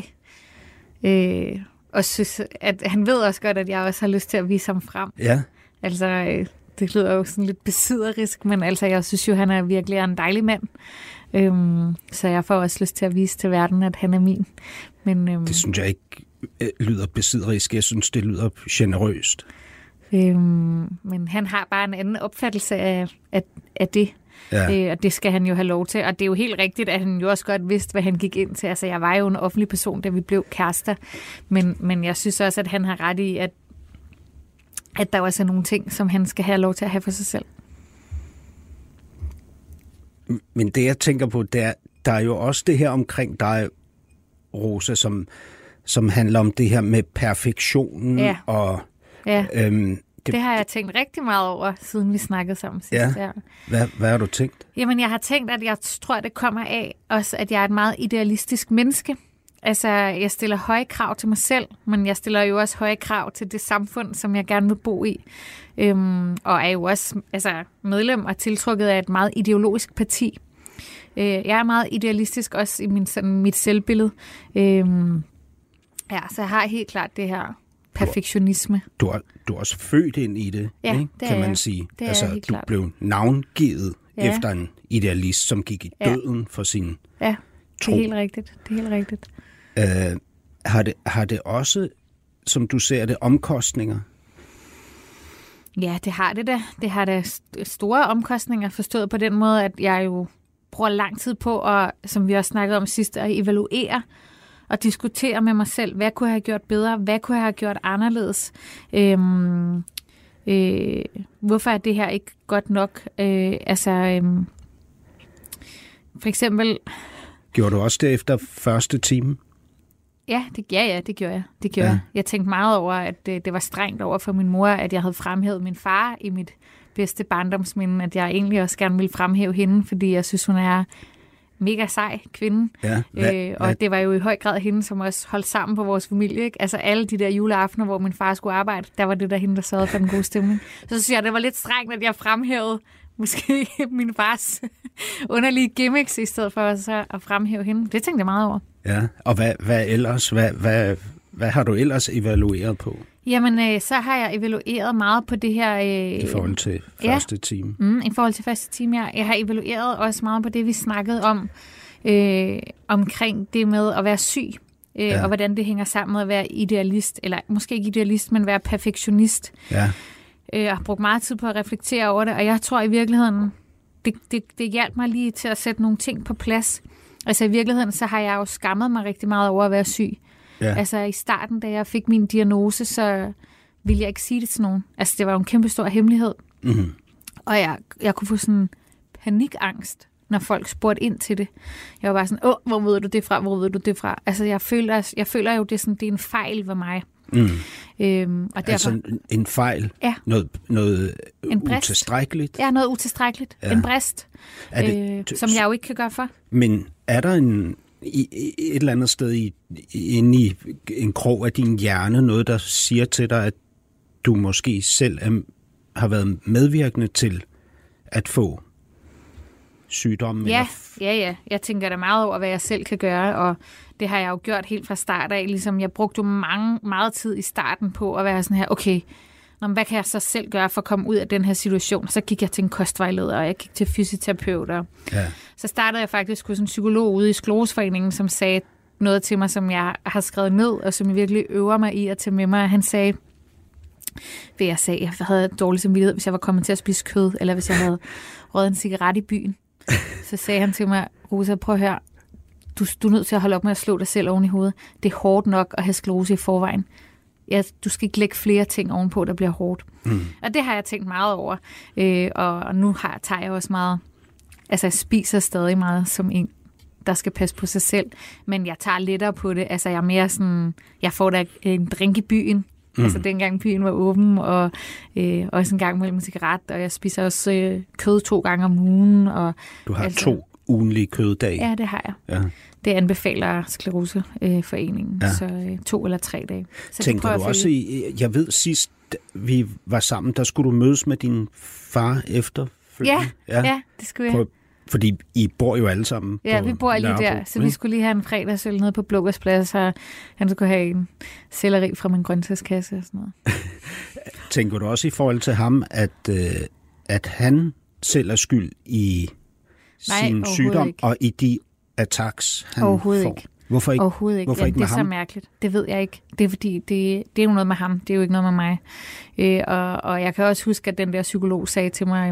også synes, at han ved også godt, at jeg også har lyst til at vise ham frem. Ja. Det lyder jo sådan lidt besidderisk, men jeg synes jo, han er virkelig en dejlig mand. Så jeg får også lyst til at vise til verden, at han er min. Men, det synes jeg ikke lyder besidderisk. Jeg synes, det lyder generøst. Men han har bare en anden opfattelse af det. Ja. Og det skal han jo have lov til. Og det er jo helt rigtigt, at han jo også godt vidste, hvad han gik ind til. Altså, jeg var jo en offentlig person, da vi blev kærester. Men jeg synes også, at han har ret i, at der også er nogle ting, som han skal have lov til at have for sig selv. Men det, jeg tænker på, det er, der er jo også det her omkring dig, Rosa, som handler om det her med perfektionen. Ja. Og, det har jeg tænkt rigtig meget over, siden vi snakkede sammen sidst. Ja. Hvad har du tænkt? Jamen, jeg har tænkt, at jeg tror, det kommer af også, at jeg er et meget idealistisk menneske. Altså, jeg stiller høje krav til mig selv, men jeg stiller jo også høje krav til det samfund, som jeg gerne vil bo i. Og er jo også medlem og tiltrukket af et meget ideologisk parti. Jeg er meget idealistisk også i mit selvbillede. Så jeg har helt klart det her perfektionisme. Du er også født ind i det, ikke? Det kan man sige. Det er helt du klart. blev navngivet efter en idealist, som gik i døden for sin tro. Det er helt rigtigt. Har det også, som du ser det, omkostninger? Ja, det har det da. Det har da store omkostninger, forstået på den måde, at jeg jo bruger lang tid på, at, som vi også snakkede om sidst, at evaluere og diskutere med mig selv, hvad kunne jeg have gjort bedre, hvad kunne jeg have gjort anderledes, hvorfor er det her ikke godt nok, for eksempel... Gjorde du også det efter første time? Ja, det gjorde jeg. Jeg tænkte meget over, at det var strengt over for min mor, at jeg havde fremhævet min far i mit bedste barndomsminde, at jeg egentlig også gerne ville fremhæve hende, fordi jeg synes, hun er mega sej kvinde. Ja, og det var jo i høj grad hende, som også holdt sammen på vores familie. Ikke? Altså alle de der juleaftener, hvor min far skulle arbejde, der var det der hende, der sørgede for den gode stemning. Så synes jeg, det var lidt strengt, at jeg fremhævede måske min fars underlige gimmicks, i stedet for så at fremhæve hende. Det tænkte jeg meget over. Ja, og hvad ellers? Hvad har du ellers evalueret på? Jamen, så har jeg evalueret meget på det her... I forhold til første time. I forhold til første time, ja. Jeg har evalueret også meget på det, vi snakkede om, omkring det med at være syg, og hvordan det hænger sammen med at være idealist, eller måske ikke idealist, men være perfektionist. Ja. Jeg har brugt meget tid på at reflektere over det, og jeg tror i virkeligheden, det hjalp mig lige til at sætte nogle ting på plads. Altså i virkeligheden, så har jeg jo skammet mig rigtig meget over at være syg. Ja. Altså i starten, da jeg fik min diagnose, så ville jeg ikke sige det til nogen. Altså det var jo en kæmpe stor hemmelighed. Mm-hmm. Og jeg kunne få sådan panikangst, når folk spurgte ind til det. Jeg var bare sådan, hvor ved du det fra? Altså jeg føler jo, det er en fejl ved mig. Mm. Og derfor, altså en fejl? Ja. Noget utilstrækkeligt? Ja, noget utilstrækkeligt. Ja. En brist, som jeg jo ikke kan gøre for. Men er der et eller andet sted inde i en krog af din hjerne noget, der siger til dig, at du måske selv har været medvirkende til at få sygdommen? Ja. Jeg tænker da meget over, hvad jeg selv kan gøre, og det har jeg jo gjort helt fra start af. Ligesom jeg brugte jo meget tid i starten på at være sådan her, okay, hvad kan jeg så selv gøre for at komme ud af den her situation? Så gik jeg til en kostvejleder, og jeg gik til fysioterapeuter. Ja. Så startede jeg faktisk hos en psykolog ude i Skleroseforeningen, som sagde noget til mig, som jeg har skrevet ned, og som jeg virkelig øver mig i at tage med mig. Han sagde, jeg havde dårlig samvittighed, hvis jeg var kommet til at spise kød, eller hvis jeg havde røget en cigaret i byen. Så sagde han til mig, Rosa, prøv at høre, du er nødt til at holde op med at slå dig selv oven i hovedet. Det er hårdt nok at have sklerose i forvejen. Ja, du skal ikke lægge flere ting ovenpå, der bliver hårdt. Og det har jeg tænkt meget over. Og nu tager jeg også meget, altså jeg spiser stadig meget som en, der skal passe på sig selv. Men jeg tager lettere på det. Altså jeg er mere sådan, jeg får da en drink i byen. Altså dengang byen var åben, og også en gang mellem cigaret, og jeg spiser også kød 2 gange om ugen. Og, du har 2 ugenlige køddage? Ja, det har jeg. Ja. Det anbefaler Skleroseforeningen, så 2 eller 3 dage. Så tænker du også jeg ved sidst vi var sammen, der skulle du mødes med din far efterfølgende? Ja, det skulle jeg. Fordi I bor jo alle sammen på vi bor lige der, så vi skulle lige have en fredagsøl nede på Blågårdsplads, og han skulle have en selleri fra min grøntsagskasse og sådan noget. Tænker du også i forhold til ham, at han selv er skyld i sin sygdom ikke. Og i de attacks, han overhovedet får? Ikke. Hvorfor ikke? Overhovedet ikke. Hvorfor ikke med det er ham? Så mærkeligt. Det ved jeg ikke. Det er fordi, det er jo noget med ham. Det er jo ikke noget med mig. Og jeg kan også huske, at den der psykolog sagde til mig,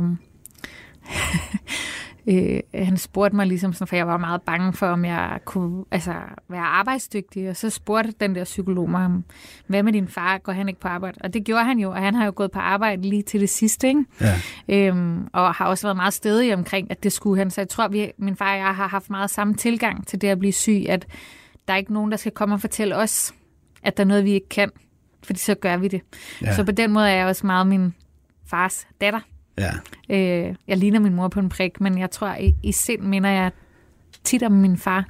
han spurgte mig ligesom sådan, for jeg var meget bange for, om jeg kunne være arbejdsdygtig, og så spurgte den der psykolog mig, hvad med din far, går han ikke på arbejde? Og det gjorde han jo, og han har jo gået på arbejde lige til det sidste, ikke? Ja. Og har også været meget stædig omkring, at det skulle han. Så jeg tror, min far og jeg har haft meget samme tilgang til det at blive syg, at der er ikke nogen, der skal komme og fortælle os, at der er noget, vi ikke kan, fordi så gør vi det. Ja. Så på den måde er jeg også meget min fars datter. Ja. Jeg ligner min mor på en prik, men jeg tror, i sind minder jeg tit om min far.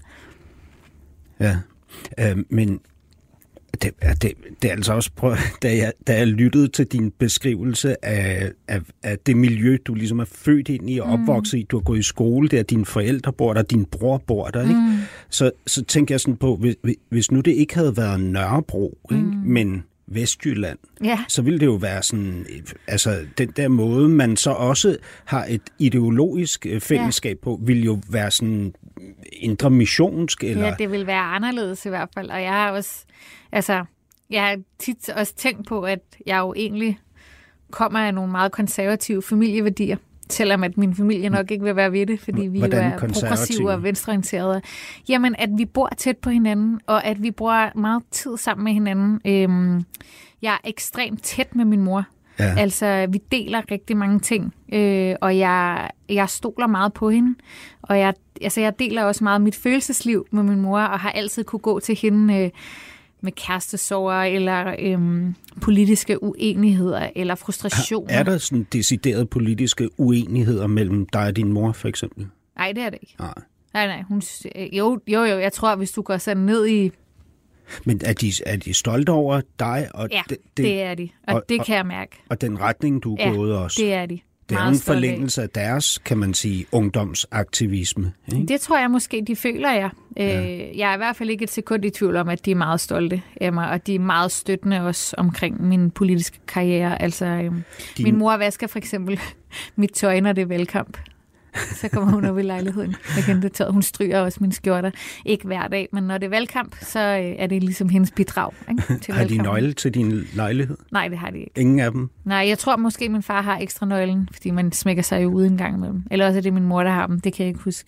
Ja, men det er altså også, da jeg lyttede til din beskrivelse af det miljø, du ligesom er født ind i og opvokset i, du har gået i skole der, dine forældre bor der, din bror bor der, ikke? Så tænker jeg sådan på, hvis nu det ikke havde været Nørrebro, ikke? Men Vestjylland, så ville det jo være sådan, altså den der måde, man så også har et ideologisk fællesskab på, vil jo være sådan indre missionsk, eller? Ja, det vil være anderledes i hvert fald, og jeg har også, jeg har tit også tænkt på, at jeg jo egentlig kommer af nogle meget konservative familieværdier, selvom at min familie nok ikke vil være ved det, fordi vi jo er progressive og venstreorienterede. Jamen, at vi bor tæt på hinanden, og at vi bruger meget tid sammen med hinanden. Jeg er ekstremt tæt med min mor. Ja. Altså, vi deler rigtig mange ting, og jeg stoler meget på hende. Og jeg deler også meget mit følelsesliv med min mor, og har altid kunne gå til hende med kærestesorger, eller politiske uenigheder, eller frustrationer. Er der sådan deciderede politiske uenigheder mellem dig og din mor, for eksempel? Nej, det er det ikke. Nej. Hun, jo, jeg tror, hvis du går sådan ned i... Men er de stolte over dig? Og ja, det er de, og det kan jeg mærke. Og den retning, du er gået også? Det er de. Det er en forlængelse af deres, kan man sige, ungdomsaktivisme. Ikke? Det tror jeg måske, de føler, jeg. Jeg er i hvert fald ikke et sekund i tvivl om, at de er meget stolte af mig, og de er meget støttende også omkring min politiske karriere. Altså, min mor vasker for eksempel mit tøj, når det er valgkamp. Så kommer hun op i lejligheden. Hun stryger også mine skjorter. Ikke hver dag, men når det er valgkamp, så er det ligesom hendes bidrag. Ikke, til har de nøgle til din lejlighed? Nej, det har de ikke. Ingen af dem? Nej, jeg tror måske, min far har ekstra nøglen, fordi man smækker sig jo ude en gang imellem. Eller også er det min mor, der har dem. Det kan jeg ikke huske.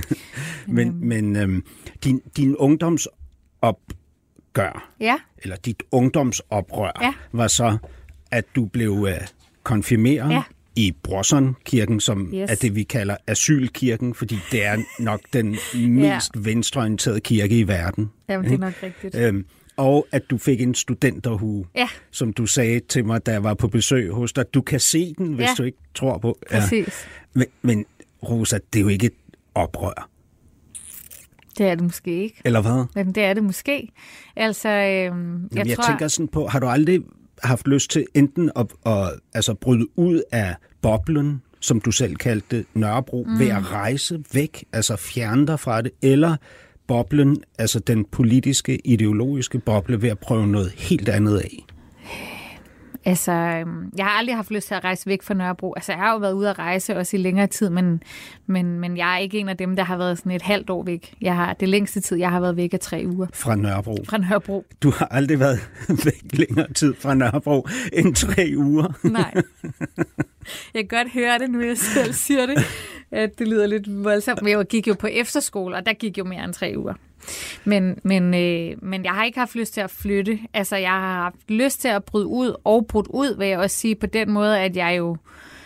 men din ungdomsopgør, eller dit ungdomsoprør, var så, at du blev konfirmeret i Brorson-kirken, som er det, vi kalder asylkirken, fordi det er nok den mest venstreorienterede kirke i verden. Jamen, det er nok rigtigt. Og at du fik en studenterhue, som du sagde til mig, da jeg var på besøg hos dig. Du kan se den, hvis du ikke tror på. Præcis. Men Rosa, det er jo ikke et oprør. Det er det måske ikke. Eller hvad? Men det er det måske. Altså, jeg tænker sådan på, har du aldrig haft lyst til enten at bryde ud af boblen, som du selv kaldte det, Nørrebro, ved at rejse væk, altså fjerne dig fra det, eller boblen, altså den politiske, ideologiske boble, ved at prøve noget helt andet af? Altså, jeg har aldrig haft lyst til at rejse væk fra Nørrebro. Altså, jeg har jo været ude at rejse også i længere tid, men jeg er ikke en af dem, der har været sådan et halvt år væk. Det længste tid, jeg har været væk af 3 uger. Fra Nørrebro? Fra Nørrebro. Du har aldrig været væk længere tid fra Nørrebro end 3 uger? Nej. Jeg kan godt høre det, nu jeg selv siger det, at det lyder lidt voldsomt. Men jeg gik jo på efterskole, og der gik jo mere end 3 uger. Men jeg har ikke haft lyst til at flytte. Altså, jeg har haft lyst til at bryde ud, vil jeg også sige, på den måde, at jeg jo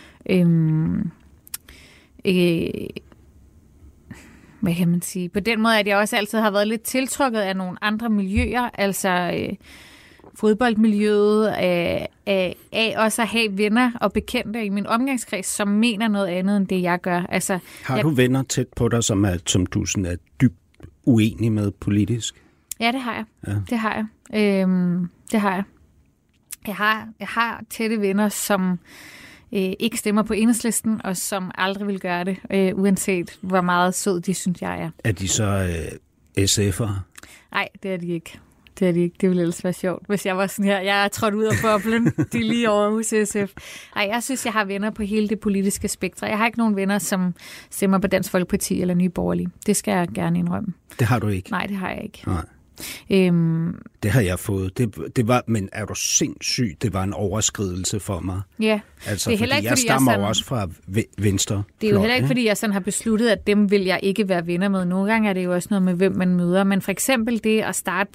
hvad kan man sige? På den måde, at jeg også altid har været lidt tiltrukket af nogle andre miljøer, altså fodboldmiljøet, af også at have venner og bekendte i min omgangskreds, som mener noget andet end det, jeg gør. Altså, har du venner tæt på dig, som du sådan er dybt uenig med politisk? Ja, det har jeg. Ja. Det har jeg. Det har jeg. Jeg har tætte venner, som ikke stemmer på Enhedslisten, og som aldrig vil gøre det, uanset hvor meget sød de synes, jeg er. Er de så SF'ere? Nej, det er de ikke. Det er de ikke. Det ville ellers være sjovt, hvis jeg var sådan her. Jeg er trådt ud af boblen. De er lige over hos SF. Nej, jeg synes, jeg har venner på hele det politiske spektrum. Jeg har ikke nogen venner, som stemmer på Dansk Folkeparti eller Nye Borgerlige. Det skal jeg gerne indrømme. Det har du ikke? Nej, det har jeg ikke. Nej. Det har jeg fået. Det var, men er du sindssyg? Det var en overskridelse for mig. Ja. Altså, det er heller ikke, fordi jeg stammer sådan, også fra venstre. Det er jo heller ikke, fordi jeg sådan har besluttet, at dem vil jeg ikke være venner med. Nogle gange er det jo også noget med, hvem man møder. Men for eksempel det at starte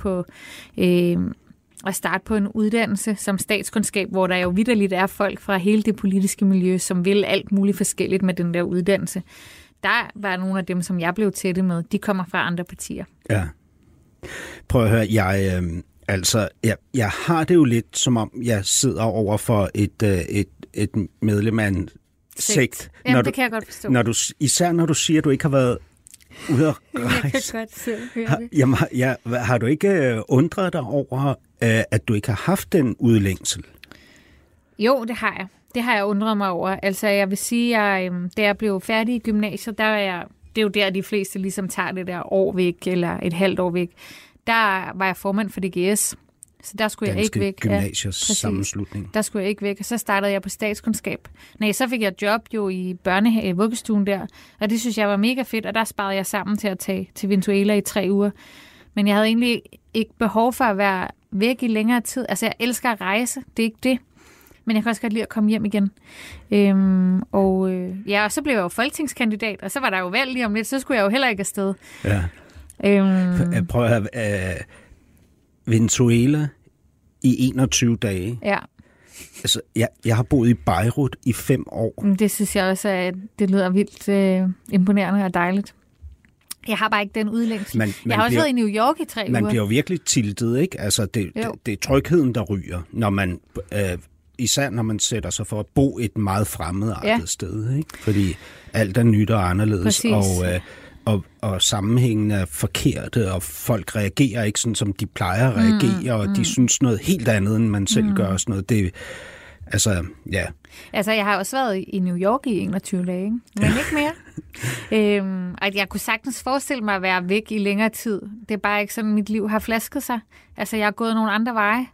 på en uddannelse som statskundskab, hvor der jo vitterligt er folk fra hele det politiske miljø, som vil alt muligt forskelligt med den der uddannelse. Der var nogle af dem, som jeg blev tætte med. De kommer fra andre partier. Ja. Prøv at høre, jeg har det jo lidt, som om jeg sidder over for et medlem af en sekt. Jamen, det kan jeg godt forstå. Især når du siger, at du ikke har været ude at rejse. Jeg kan godt selv høre det. Har du ikke undret dig over, at du ikke har haft den udlængsel? Jo, det har jeg. Det har jeg undret mig over. Altså, jeg vil sige, da jeg blev færdig i gymnasiet, det er jo der, de fleste ligesom tager det der år væk, eller et halvt år væk. Der var jeg formand for DGS, så der skulle jeg ikke væk. Gymnasiers sammenslutning. Der skulle jeg ikke væk, og så startede jeg på statskundskab. Så fik jeg job jo i vuggestuen der, og det synes jeg var mega fedt, og der sparede jeg sammen til at tage til Venezuela i 3 uger. Men jeg havde egentlig ikke behov for at være væk i længere tid. Altså, jeg elsker at rejse, det er ikke det. Men jeg kan også godt lide at komme hjem igen. Og så blev jeg jo folketingskandidat, og så var der jo valg lige om lidt, så skulle jeg jo heller ikke afsted. Ja. Prøv at have Venezuela i 21 dage. Ja. Altså, jeg har boet i Beirut i 5 år. Det synes jeg også, at det lyder vildt imponerende og dejligt. Jeg har bare ikke den udlængsel. Jeg har også været i New York i 3 uger. Man bliver jo virkelig tiltet, ikke? Altså, det er trygheden, der ryger, når man... især når man sætter sig for at bo et meget fremmedartet sted, ikke? Fordi alt er nyt og anderledes, og sammenhængen er forkerte, og folk reagerer ikke sådan, som de plejer at reagere, og de synes noget helt andet, end man selv gør. Sådan noget. Det, altså, ja. Altså, jeg har også været i New York i 21 dage, ikke? Men ikke mere. At jeg kunne sagtens forestille mig at være væk i længere tid. Det er bare ikke sådan, mit liv har flasket sig. Altså, jeg har gået nogle andre veje.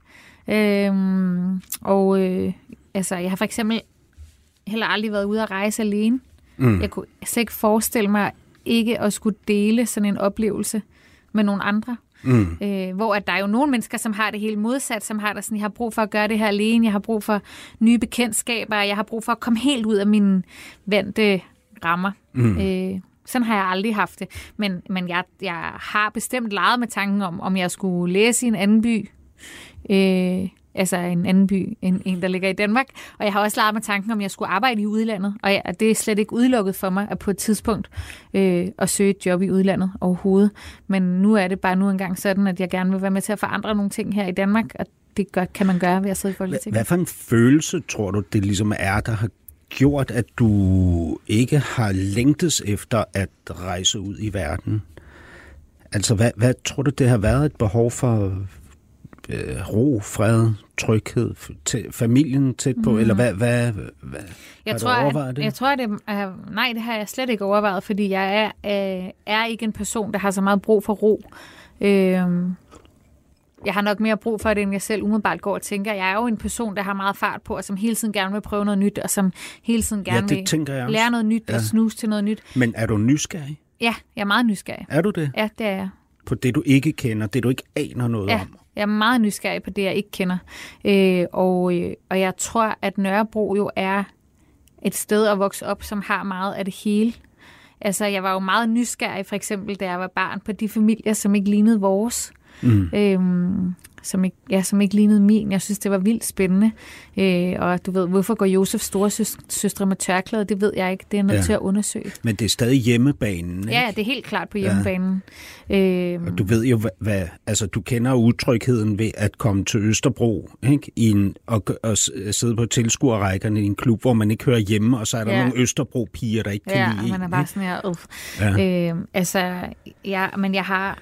Jeg har for eksempel heller aldrig været ude at rejse alene. Jeg kunne altså ikke forestille mig ikke at skulle dele sådan en oplevelse med nogle andre. Hvor at der er jo nogle mennesker, som har det helt modsat, som har der sådan, jeg har brug for at gøre det her alene, jeg har brug for nye bekendtskaber, jeg har brug for at komme helt ud af mine vante rammer. Sådan har jeg aldrig haft det. Men jeg har bestemt leget med tanken om jeg skulle læse i en anden by, altså en anden by end en, der ligger i Danmark. Og jeg har også leget med tanken, om jeg skulle arbejde i udlandet. Og det er slet ikke udelukket for mig at på et tidspunkt at søge et job i udlandet overhovedet. Men nu er det bare nu engang sådan, at jeg gerne vil være med til at forandre nogle ting her i Danmark. Og det kan man gøre ved at sidde i Folketinget. Hvad for en følelse, tror du, det ligesom er, der har gjort, at du ikke har længtes efter at rejse ud i verden? Altså, hvad tror du, det har været et behov for ro, fred, tryghed, familien tæt på, eller hvad jeg har tror, du overvejet det? Jeg tror, nej, det har jeg slet ikke overvejet, fordi jeg er ikke en person, der har så meget brug for ro. Jeg har nok mere brug for det, end jeg selv umiddelbart går og tænker. Jeg er jo en person, der har meget fart på, og som hele tiden gerne vil prøve noget nyt, og som hele tiden gerne vil lære noget nyt og snuse til noget nyt. Men er du nysgerrig? Ja, jeg er meget nysgerrig. Er du det? Ja, det er jeg. På det, du ikke kender, det du ikke aner noget om? Jeg er meget nysgerrig på det, jeg ikke kender. Og jeg tror, at Nørrebro jo er et sted at vokse op, som har meget af det hele. Altså, jeg var jo meget nysgerrig, for eksempel, da jeg var barn, på de familier, som ikke lignede vores. Som ikke lignede min. Jeg synes, det var vildt spændende. Og du ved, hvorfor går Josefs store søstre med tørklæde? Det ved jeg ikke. Det er nødt til at undersøge. Men det er stadig hjemmebanen, ikke? Ja, det er helt klart på hjemmebanen. Og du ved jo, altså du kender utrygheden ved at komme til Østerbro, ikke? Og sidde på tilskuerrækkerne i en klub, hvor man ikke hører hjemme, og så er der nogle Østerbro-piger, der ikke kan lide. Ja, man er bare sådan her, men jeg har...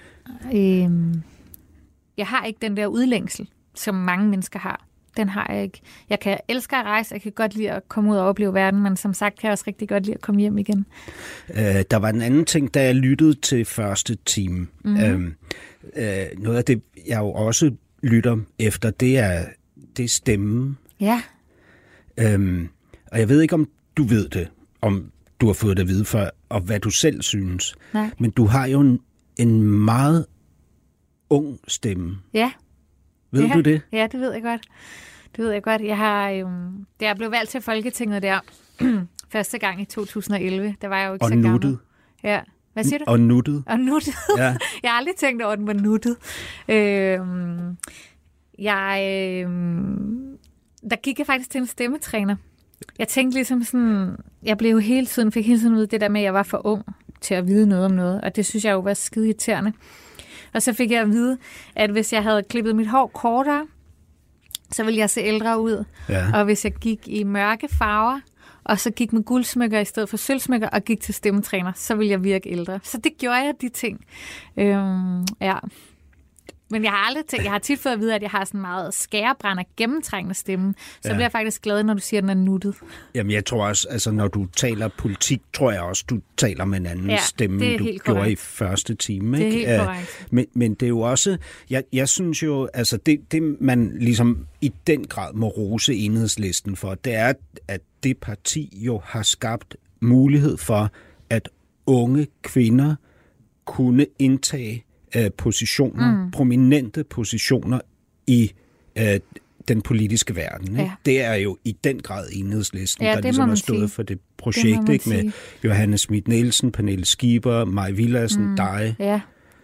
Jeg har ikke den der udlængsel, som mange mennesker har. Den har jeg ikke. Jeg elsker at rejse, jeg kan godt lide at komme ud og opleve verden, men som sagt kan jeg også rigtig godt lide at komme hjem igen. Der var en anden ting, da jeg lyttede til første time. Noget af det, jeg jo også lytter efter, det er stemmen. Ja. Og jeg ved ikke, om du ved det, om du har fået det at vide før, og hvad du selv synes. Nej. Men du har jo en meget ung stemme. Ja. Ved du det? Ja, det ved jeg godt. Da jeg blev valgt til Folketinget der første gang i 2011, der var jeg jo ikke så gammel. Og nuttet. Ja. Hvad siger du? Og nuttet. Ja. Jeg har aldrig tænkt over, at den var nuttet. Der gik jeg faktisk til en stemmetræner. Jeg tænkte ligesom sådan, jeg fik hele tiden ud det der med, at jeg var for ung til at vide noget om noget, og det synes jeg jo var skide irriterende. Og så fik jeg at vide, at hvis jeg havde klippet mit hår kortere, så ville jeg se ældre ud. Ja. Og hvis jeg gik i mørke farver, og så gik med guldsmykker i stedet for sølvsmykker, og gik til stemmetræner, så ville jeg virke ældre. Så det gjorde jeg, de ting. Ja. Men jeg har tit fået at vide, at jeg har sådan meget skærebrænder, gennemtrængende stemme. Så bliver jeg faktisk glad, når du siger, at den er nuttet. Jamen, jeg tror også, altså når du taler politik, tror jeg også, du taler med en anden stemme, du gjorde korrekt. I første time. Ikke? Det er helt korrekt. Men det er jo også, jeg synes jo, altså det man ligesom i den grad må rose Enhedslisten for, det er, at det parti jo har skabt mulighed for, at unge kvinder kunne indtage positioner, prominente positioner i den politiske verden. Ikke? Ja. Det er jo i den grad Enhedslisten, der ligesom har stået for det projekt, det ikke? Med Johanne Schmidt-Nielsen, Pernille Skipper, Mai Villadsen, dig. Ja.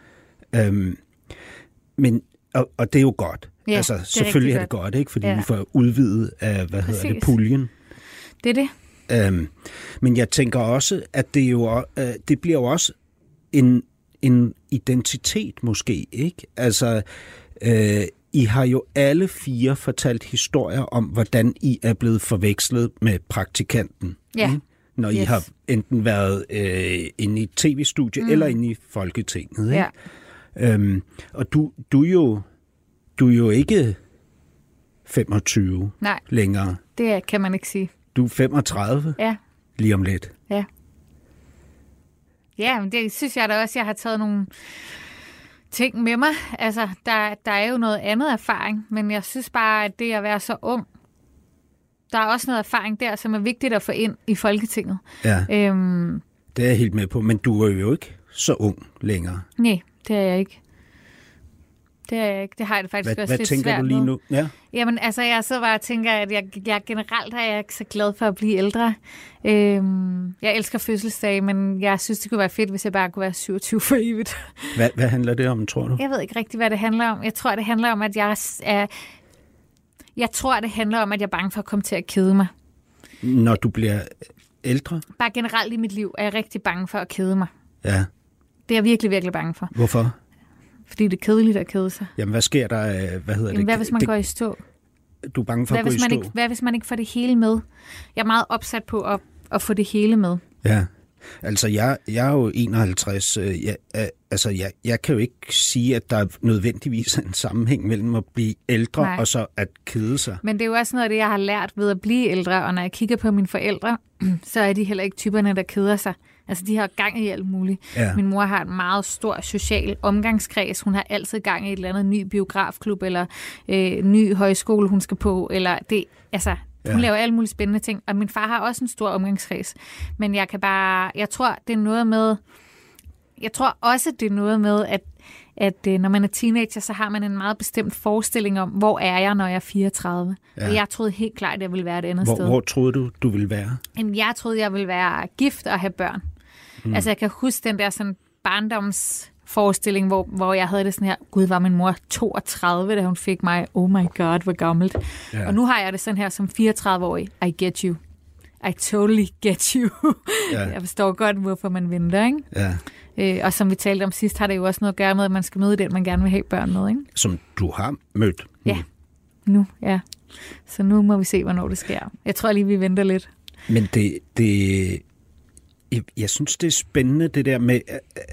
Men, og det er jo godt. Ja, altså, selvfølgelig er det godt, ikke? Fordi vi får udvidet af, puljen. Det er det. Men jeg tænker også, at det bliver jo også en identitet måske, ikke? Altså, I har jo alle 4 fortalt historier om, hvordan I er blevet forvekslet med praktikanten. Ja. Ikke? Når I har enten været inde i et tv-studie eller inde i Folketinget. Ikke? Ja. Og du er jo ikke 25 længere. Det kan man ikke sige. Du er 35 lige om lidt. Ja. Ja, men det synes jeg da også, jeg har taget nogle ting med mig. Altså, der er jo noget andet erfaring, men jeg synes bare, at det at være så ung, der er også noget erfaring der, som er vigtigt at få ind i Folketinget. Ja, det er jeg helt med på, men du er jo ikke så ung længere. Nej, det er jeg ikke. Det har jeg faktisk også lidt svært med. Hvad tænker du lige nu? Ja. Jamen, altså, jeg sidder bare og tænker, at jeg generelt er jeg ikke så glad for at blive ældre. Jeg elsker fødselsdage, men jeg synes, det kunne være fedt, hvis jeg bare kunne være 27 for evigt. Hvad handler det om, tror du? Jeg ved ikke rigtig, hvad det handler om. Jeg tror, det handler om, at jeg er bange for at komme til at kede mig. Når du bliver ældre? Bare generelt i mit liv er jeg rigtig bange for at kede mig. Ja. Det er jeg virkelig, virkelig bange for. Hvorfor? Fordi det er kedeligt at kede sig. Jamen, hvad sker der? Hvad hvis man går i stå? Du er bange for at gå i stå? Hvad hvis man ikke får det hele med? Jeg er meget opsat på at få det hele med. Ja. Altså, jeg er jo 51. Jeg kan jo ikke sige, at der er nødvendigvis en sammenhæng mellem at blive ældre og så at kede sig. Men det er jo også noget af det, jeg har lært ved at blive ældre, og når jeg kigger på mine forældre, så er de heller ikke typerne, der keder sig. Altså, de har gang i alt muligt. Ja. Min mor har en meget stor social omgangskreds. Hun har altid gang i et eller andet ny biografklub, eller ny højskole, hun skal på, eller det, altså... Hun laver alle mulige spændende ting, og min far har også en stor omgangskreds. Men jeg tror også, det er noget med, at når man er teenager, så har man en meget bestemt forestilling om, hvor er jeg, når jeg er 34. Ja. Og jeg troede helt klart, at jeg ville være et andet sted. Hvor troede du ville være? Jamen, jeg troede, jeg ville være gift og have børn. Altså, jeg kan huske den der sådan barndomsforestilling, hvor jeg havde det sådan her, gud, var min mor 32, da hun fik mig. Oh my god, hvor gammelt. Ja. Og nu har jeg det sådan her som 34-årig. I get you. I totally get you. Ja. Jeg forstår godt, hvorfor man venter, ikke? Ja. Og som vi talte om sidst, har det jo også noget at gøre med, at man skal møde den, man gerne vil have børn med, ikke? Som du har mødt? Ja, nu, ja. Så nu må vi se, hvornår det sker. Jeg tror lige, vi venter lidt. Men jeg synes, det er spændende, det der med...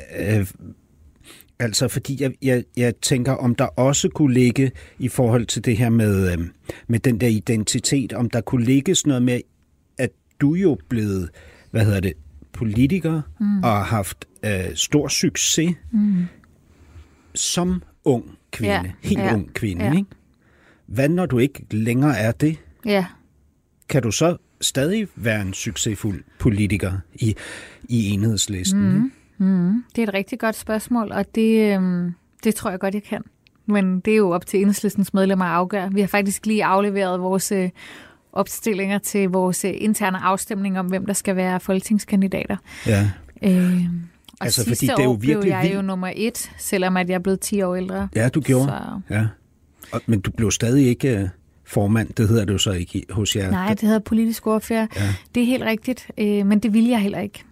Altså, fordi jeg tænker, om der også kunne ligge i forhold til det her med den der identitet, om der kunne ligge sådan noget med, at du jo blevet, politiker og har haft stor succes som ung kvinde, ung kvinde, ikke? Hvad når du ikke længere er det? Ja. Kan du så stadig være en succesfuld politiker i Enhedslisten? Det er et rigtig godt spørgsmål, og det tror jeg godt, jeg kan. Men det er jo op til Enhedslistens medlemmer at afgøre. Vi har faktisk lige afleveret vores opstillinger til vores interne afstemning om, hvem der skal være folketingskandidater. Ja. Og altså, sidste fordi det er jo virkelig blev jeg jo nummer 1, selvom at jeg er blevet 10 år ældre. Ja, du gjorde. Så... Ja. Men du blev stadig ikke formand, det hedder det jo så ikke hos jer. Nej, det hedder politisk ordfører. Ja. Det er helt rigtigt, men det vil jeg heller ikke.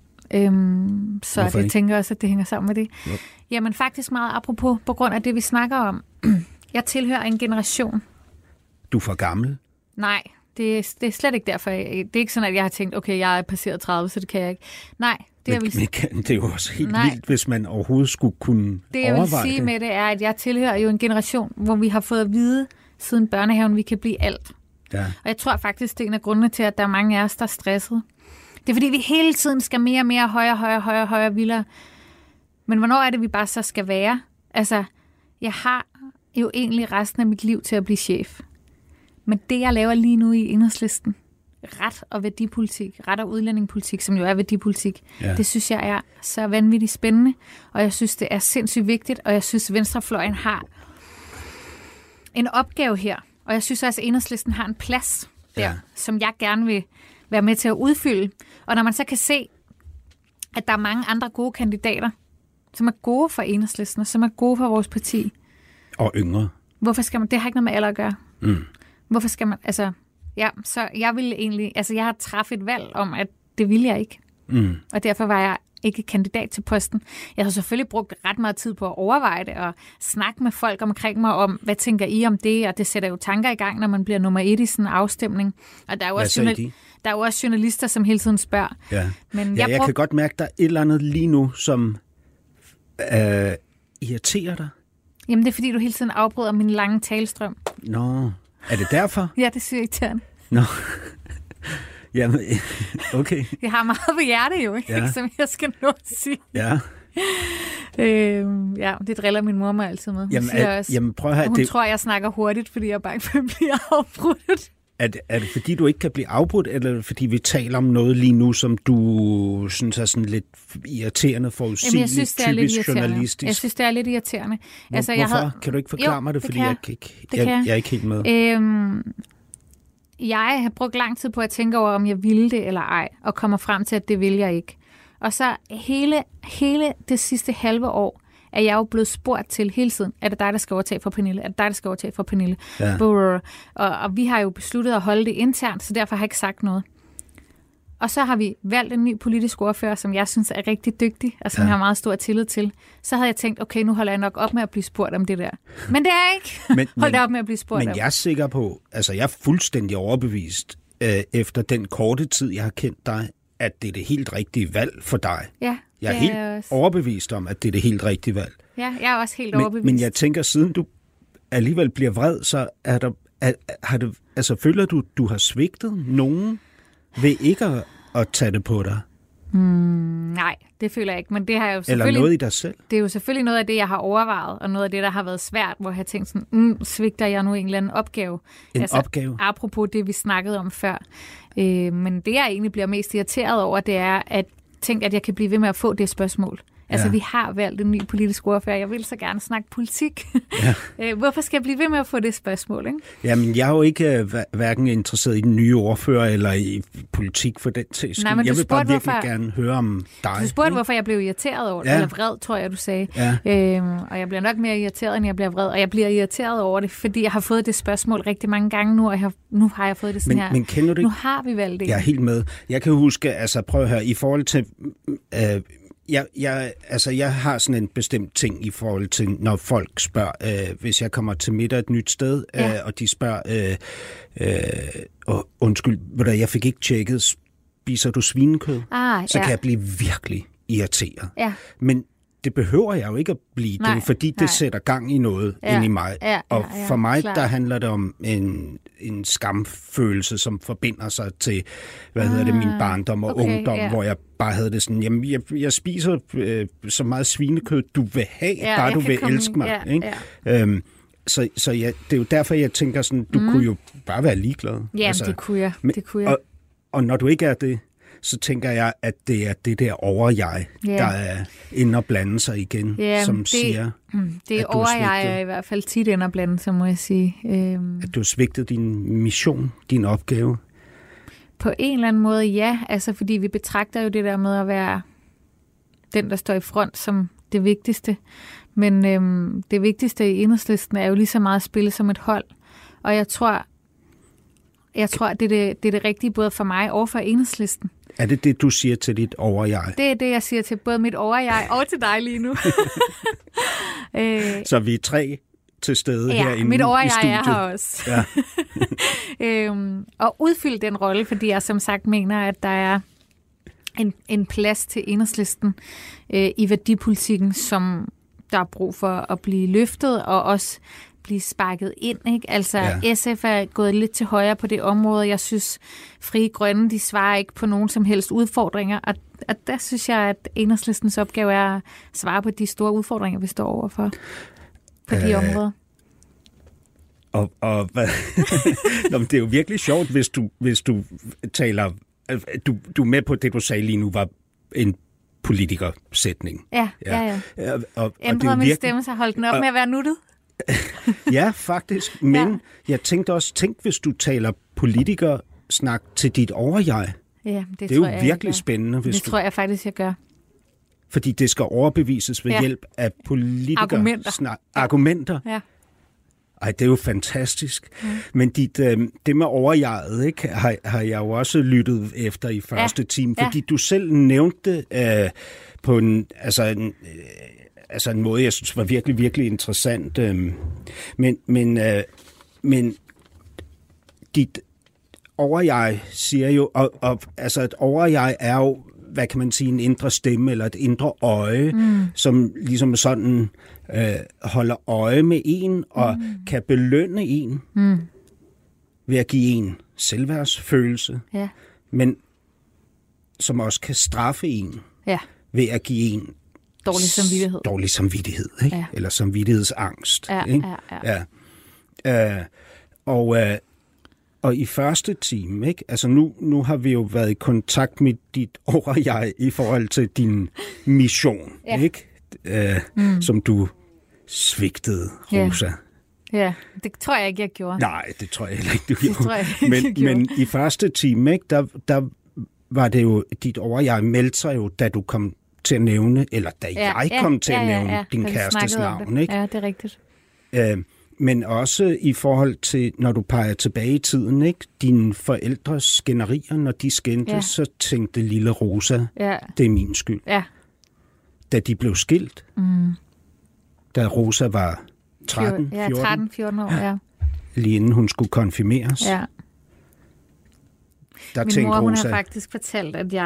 Så hvorfor jeg tænker også, at det hænger sammen med det. Yep. Jamen faktisk meget apropos, på grund af det, vi snakker om. Jeg tilhører en generation. Du er for gammel? Nej, det er slet ikke derfor. Det er ikke sådan, at jeg har tænkt, okay, jeg er passeret 30, så det kan jeg ikke. Nej. Det er jo også helt vildt, hvis man overhovedet skulle kunne overveje det. Det, jeg vil sige med det, er, at jeg tilhører jo en generation, hvor vi har fået at vide siden børnehaven, vi kan blive alt. Ja. Og jeg tror faktisk, det er en af grundene til, at der er mange af os, der er stresset. Det er fordi, vi hele tiden skal mere og mere højere, vildere. Men hvornår er det, vi bare så skal være? Altså, jeg har jo egentlig resten af mit liv til at blive chef. Men det, jeg laver lige nu i Enhedslisten, ret og værdipolitik, ret og udlændingepolitik, som jo er værdipolitik, det synes jeg er så vanvittigt spændende, og jeg synes, det er sindssygt vigtigt, og jeg synes, venstrefløjen har en opgave her, og jeg synes også, at Enhedslisten har en plads der, som jeg gerne vil være med til at udfylde. Og når man så kan se, at der er mange andre gode kandidater, som er gode for Enhedslisten, og som er gode for vores parti. Og yngre. Hvorfor skal man, det har ikke noget med alder at gøre. Hvorfor skal man, altså, ja, så jeg ville egentlig, altså jeg har træffet et valg om, at det ville jeg ikke. Og derfor var jeg ikke kandidat til posten. Jeg har selvfølgelig brugt ret meget tid på at overveje det, og snakke med folk omkring mig om, hvad tænker I om det, og det sætter jo tanker i gang, når man bliver nummer 1 i sådan en afstemning. Og der er jo også journalister, som hele tiden spørger. Ja. Men jeg kan godt mærke, at der er et eller andet lige nu, som irriterer dig. Jamen, det er fordi, du hele tiden afbryder min lange talestrøm. Nå, er det derfor? Ja, det synes jeg irriterende. Nå, jamen, okay. Jeg har meget på hjerte jo, ikke? Som jeg skal nå at sige. Ja. Ja, det driller min mor mig altid med. Jamen, prøv at høre, hun tror, jeg snakker hurtigt, fordi jeg bare ikke bliver afbrudt. Er det fordi, du ikke kan blive afbrudt, eller fordi vi taler om noget lige nu, som du synes er sådan lidt irriterende, forudsigeligt, typisk journalistisk? Jeg synes, det er lidt irriterende. Hvorfor? Kan du ikke forklare mig det? Fordi jeg er ikke helt med. Jeg har brugt lang tid på at tænke over, om jeg ville det eller ej, og kommer frem til, at det vil jeg ikke. Og så hele det sidste halve år, er jeg jo blevet spurgt til hele tiden, er det dig, der skal overtage for Pernille? Er det dig, der skal overtage for Pernille? Ja. Og vi har jo besluttet at holde det internt, så derfor har jeg ikke sagt noget. Og så har vi valgt en ny politisk ordfører, som jeg synes er rigtig dygtig, og som jeg har meget stor tillid til. Så havde jeg tænkt, okay, nu holder jeg nok op med at blive spurgt om det der. Men det er ikke. Hold da op med at blive spurgt om. Men jeg er sikker på, altså jeg er fuldstændig overbevist, efter den korte tid, jeg har kendt dig, at det er det helt rigtige valg for dig. Ja, jeg er helt overbevist om, at det er det helt rigtige valg. Ja, jeg er også helt overbevist. Men jeg tænker, siden du alligevel bliver vred, så føler du har svigtet nogen ved ikke at tage det på dig? Nej, det føler jeg ikke, men det har jeg jo selvfølgelig... Eller noget i dig selv? Det er jo selvfølgelig noget af det, jeg har overvejet, og noget af det, der har været svært, hvor jeg har tænkt sådan, svigter jeg nu en eller anden opgave? Opgave? Apropos det, vi snakkede om før. Men det, jeg egentlig bliver mest irriteret over, det er at tænke, at jeg kan blive ved med at få det spørgsmål. Altså, vi har valgt en ny politisk ordfører. Jeg vil så gerne snakke politik. Ja. Hvorfor skal jeg blive ved med at få det spørgsmål, ikke? Jamen, jeg er jo ikke hverken interesseret i den nye ordfører eller i politik for den til. Nej, men jeg vil bare virkelig gerne høre om dig. Du spurgte, hvorfor jeg blev irriteret over det, eller vred, tror jeg, du sagde. Ja. Og jeg bliver nok mere irriteret, end jeg bliver vred. Og jeg bliver irriteret over det, fordi jeg har fået det spørgsmål rigtig mange gange nu, og nu har jeg fået det sådan her. Men kender du det? Nu har vi valgt det. Jeg er helt med. Jeg kan huske, prøv at høre, i forhold til... Jeg har sådan en bestemt ting i forhold til, når folk spørger, hvis jeg kommer til middag et nyt sted, og de spørger, undskyld, jeg fik ikke tjekket, spiser du svinekød? Så kan jeg blive virkelig irriteret. Ja. Men det behøver jeg jo ikke at blive, det, fordi det sætter gang i noget ind i mig. Og for mig, der handler det om en skamfølelse, som forbinder sig til, min barndom og ungdom, hvor jeg bare havde det sådan, jamen, jeg spiser så meget svinekød, du vil have, bare du vil elske mig. Ikke? Så det er jo derfor, jeg tænker sådan, du kunne jo bare være ligeglad. Ja, det kunne jeg. Og når du ikke er det, så tænker jeg, at det er det der over-jeg, der er inde og blande sig igen, som siger, det er over-jeg er i hvert fald tit inde og blande sig, må jeg sige. At du har svigtet din mission, din opgave? På en eller anden måde, ja. Altså, fordi vi betragter jo det der med at være den, der står i front, som det vigtigste. Men det vigtigste i Enhedslisten er jo lige så meget at spille som et hold. Og jeg tror, at det er det rigtige både for mig og for Enhedslisten. Er det det, du siger til dit over-jeg? Det er det, jeg siger til både mit over-jeg og til dig lige nu. Så vi er 3 til stede herinde i studiet. Mit over-jeg er her også. Ja. Og udfylde den rolle, fordi jeg som sagt mener, at der er en plads til Enhedslisten i værdipolitikken, som der er brug for at blive løftet, og også blive sparket ind, ikke? Altså, SF er gået lidt til højre på det område. Jeg synes, Frie Grønne, de svarer ikke på nogen som helst udfordringer, og der synes jeg, at Enhedslistens opgave er at svare på de store udfordringer, vi står overfor på de områder. Og hvad? Nå, men det er jo virkelig sjovt, hvis du taler... Du er med på det, du sagde lige nu, var en politikersætning. Ja. Ændrede min stemme, så holdt den op med at være nuttet. Ja, faktisk. Men jeg tænkte også, hvis du taler politikersnak til dit over-jeg. Ja, det er jo virkelig spændende. Det tror jeg faktisk, jeg gør. Fordi det skal overbevises ved hjælp af argumenter. Ja. Ej, det er jo fantastisk. Ja. Men det med overjeget, ikke, har jeg jo også lyttet efter i første time, fordi du selv nævnte på en måde, jeg synes var virkelig, virkelig interessant. Men dit overjeg siger jo, altså et overjeg er jo, hvad kan man sige, en indre stemme eller et indre øje, som ligesom sådan holder øje med en og kan belønne en ved at give en selvværdsfølelse, men som også kan straffe en ved at give en dårlig samvittighed, ikke? Ja. Eller samvittighedsangst. Ikke? Og i første time, ikke? Altså nu har vi jo været i kontakt med dit over-jeg i forhold til din mission, ikke? Som du svigtede, Rosa. Ja, det tror jeg ikke, jeg gjorde. Nej, det tror jeg heller ikke, du gjorde. Men i første time, ikke? Der var det jo, dit over-jeg meldte sig jo, da du kom til at nævne, eller da jeg kom til at nævne din kærestes navn, ikke? Ja, det er rigtigt. Men også i forhold til, når du peger tilbage i tiden, ikke? Dine forældres skænderier, når de skændtes, så tænkte lille Rosa, det er min skyld. Ja. Da de blev skilt, da Rosa var 13-14 år, lige inden hun skulle konfirmeres. Ja. tænkte mor, hun Rosa... har faktisk fortalt, at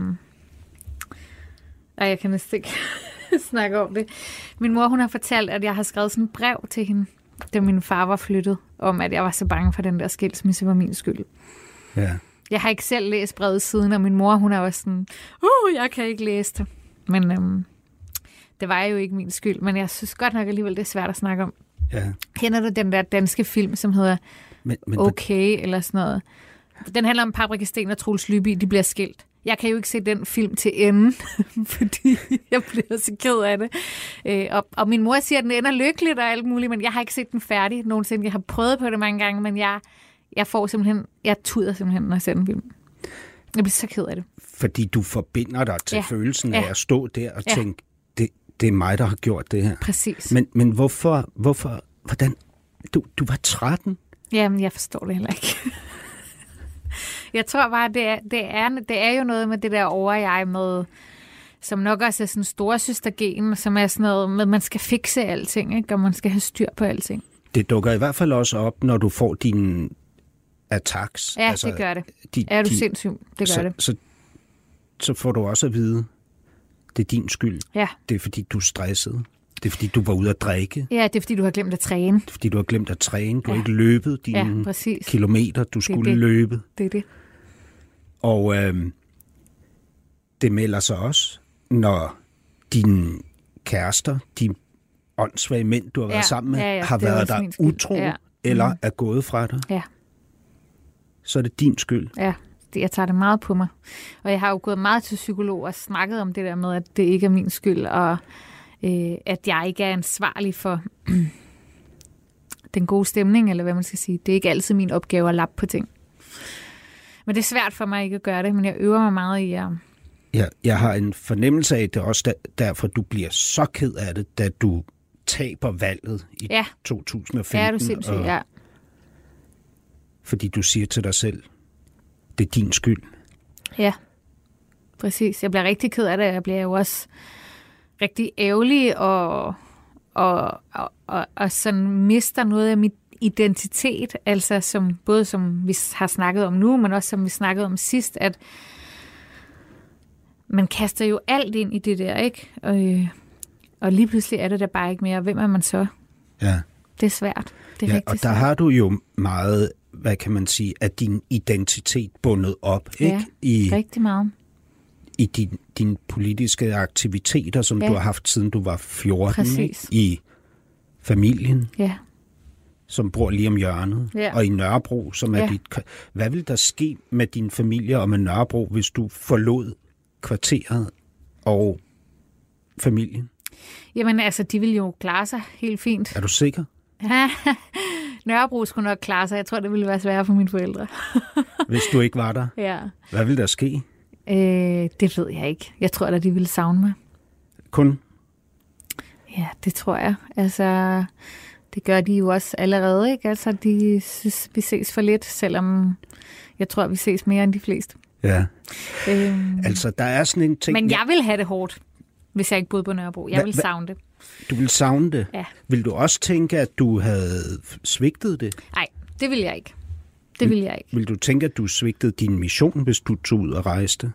jeg kan næsten ikke snakke om det. Min mor, hun har fortalt, at jeg har skrevet sådan et brev til hende, da min far var flyttet, om at jeg var så bange for den der skilsmisse var min skyld. Ja. Jeg har ikke selv læst brevet siden, og min mor, hun er også sådan, jeg kan ikke læse det. Men det var jo ikke min skyld, men jeg synes godt nok alligevel, det er svært at snakke om. Ja. Kender du den der danske film, som hedder Okay, eller sådan noget? Den handler om Paprika Steen og Troels Lyby, de bliver skilt. Jeg kan jo ikke se den film til enden, fordi jeg bliver så ked af det. Og min mor siger, at den ender lykkeligt og alt muligt, men jeg har ikke set den færdig nogensinde. Jeg har prøvet på det mange gange, men jeg tuder simpelthen, når jeg ser den film. Jeg bliver så ked af det. Fordi du forbinder dig til følelsen af at stå der og tænke, det er mig, der har gjort det her. Præcis. Men hvordan? Du var 13? Jamen, jeg forstår det heller ikke. Jeg tror bare, det er jo noget med det der overjeg med, som nok også er sådan storesøstergen, som er sådan noget med, at man skal fikse alting, ikke? Og man skal have styr på alting. Det dukker i hvert fald også op, når du får dine attacks. Ja, altså, det gør det. Er du sindssyg? Det gør det. Så får du også at vide, det er din skyld. Ja. Det er fordi, du er stresset. Det er fordi, du var ude at drikke. Ja, det er fordi, du har glemt at træne. Det er fordi, du har glemt at træne. Du har ikke løbet dine kilometer, du skulle løbe. Det er det. Og det melder sig også, når dine kærester, de åndssvage mænd, du har været sammen med, har været der utro eller er gået fra dig. Ja. Så er det din skyld. Ja, jeg tager det meget på mig. Og jeg har jo gået meget til psykolog og snakket om det der med, at det ikke er min skyld, og at jeg ikke er ansvarlig for den gode stemning, eller hvad man skal sige. Det er ikke altid min opgave at lappe på ting. Men det er svært for mig ikke at gøre det, men jeg øver mig meget i at... Ja, jeg har en fornemmelse af, at det også derfor, du bliver så ked af det, da du taber valget i 2015. Ja, er du sindssygt, ja. Fordi du siger til dig selv, det er din skyld. Ja, præcis. Jeg bliver rigtig ked af det. Jeg bliver jo også rigtig ærgerlig og sådan mister noget af mit identitet, altså både som vi har snakket om nu, men også som vi snakkede om sidst, at man kaster jo alt ind i det der, ikke? Og lige pludselig er det der bare ikke mere. Hvem er man så? Ja. Det er svært. Det er rigtig og der svært. Har du jo meget, hvad kan man sige, af din identitet bundet op, ikke? Ja, rigtig meget. I dine politiske aktiviteter, som du har haft siden du var 14, ikke? I familien. Ja. Som bor lige om hjørnet, og i Nørrebro, som er dit... Hvad vil der ske med din familie og med Nørrebro, hvis du forlod kvarteret og familien? Jamen altså, de vil jo klare sig helt fint. Er du sikker? Nørrebro skulle nok klare sig. Jeg tror, det ville være sværere for mine forældre. Hvis du ikke var der? Ja. Hvad vil der ske? Det ved jeg ikke. Jeg tror, at de ville savne mig. Kun? Ja, det tror jeg. Altså... Det gør de jo også allerede, ikke? Altså, de synes, vi ses for lidt, selvom jeg tror, vi ses mere end de fleste. Ja. Altså, der er sådan en ting... Men jeg vil have det hårdt, hvis jeg ikke boede på Nørrebro. Jeg vil savne det. Du vil savne det? Ja. Vil du også tænke, at du havde svigtet det? Nej, det vil jeg ikke. Det vil jeg ikke. Vil du tænke, at du svigtede din mission, hvis du tog ud og rejste?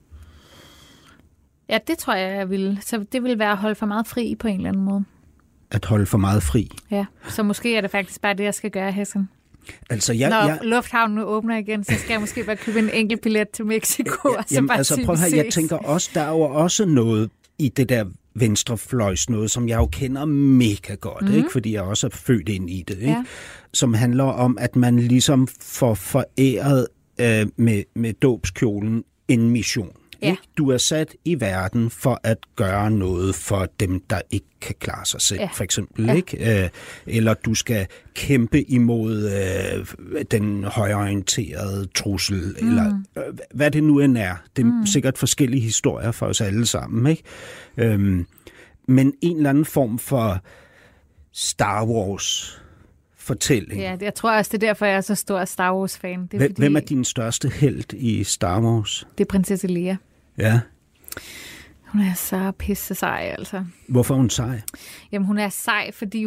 Ja, det tror jeg ville. Så det ville være at holde for meget fri på en eller anden måde. At holde for meget fri. Ja, så måske er det faktisk bare det, jeg skal gøre, Hassan. Altså, når lufthavnen nu åbner igen, så skal jeg måske bare købe en enkelt billet til Mexico. Jamen, altså prøv her, jeg tænker også, der er jo også noget i det der venstrefløjs noget, som jeg jo kender mega godt, ikke? Fordi jeg også er født ind i det, ikke? Ja. Som handler om, at man ligesom får foræret med dåbskjolen en mission. Ja. Du er sat i verden for at gøre noget for dem, der ikke kan klare sig selv, for eksempel. Ikke? Eller du skal kæmpe imod den højreorienterede trussel, eller hvad det nu end er. Det er sikkert forskellige historier for os alle sammen. Ikke? Men en eller anden form for Star Wars fortælling. Ja, jeg tror også, det er derfor, jeg er så stor Star Wars-fan. Hvem er din største helt i Star Wars? Det er prinsesse Leia. Ja. Hun er så pisse sej, altså. Hvorfor er hun sej? Jamen, hun er sej, fordi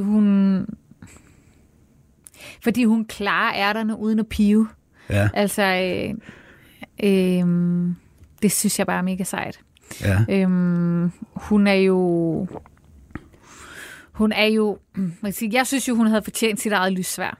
hun klarer ærterne uden at pive. Ja. Altså, Det synes jeg bare er mega sejt. Ja. Hun er jo, jeg synes jo, hun havde fortjent sit eget lyssværd.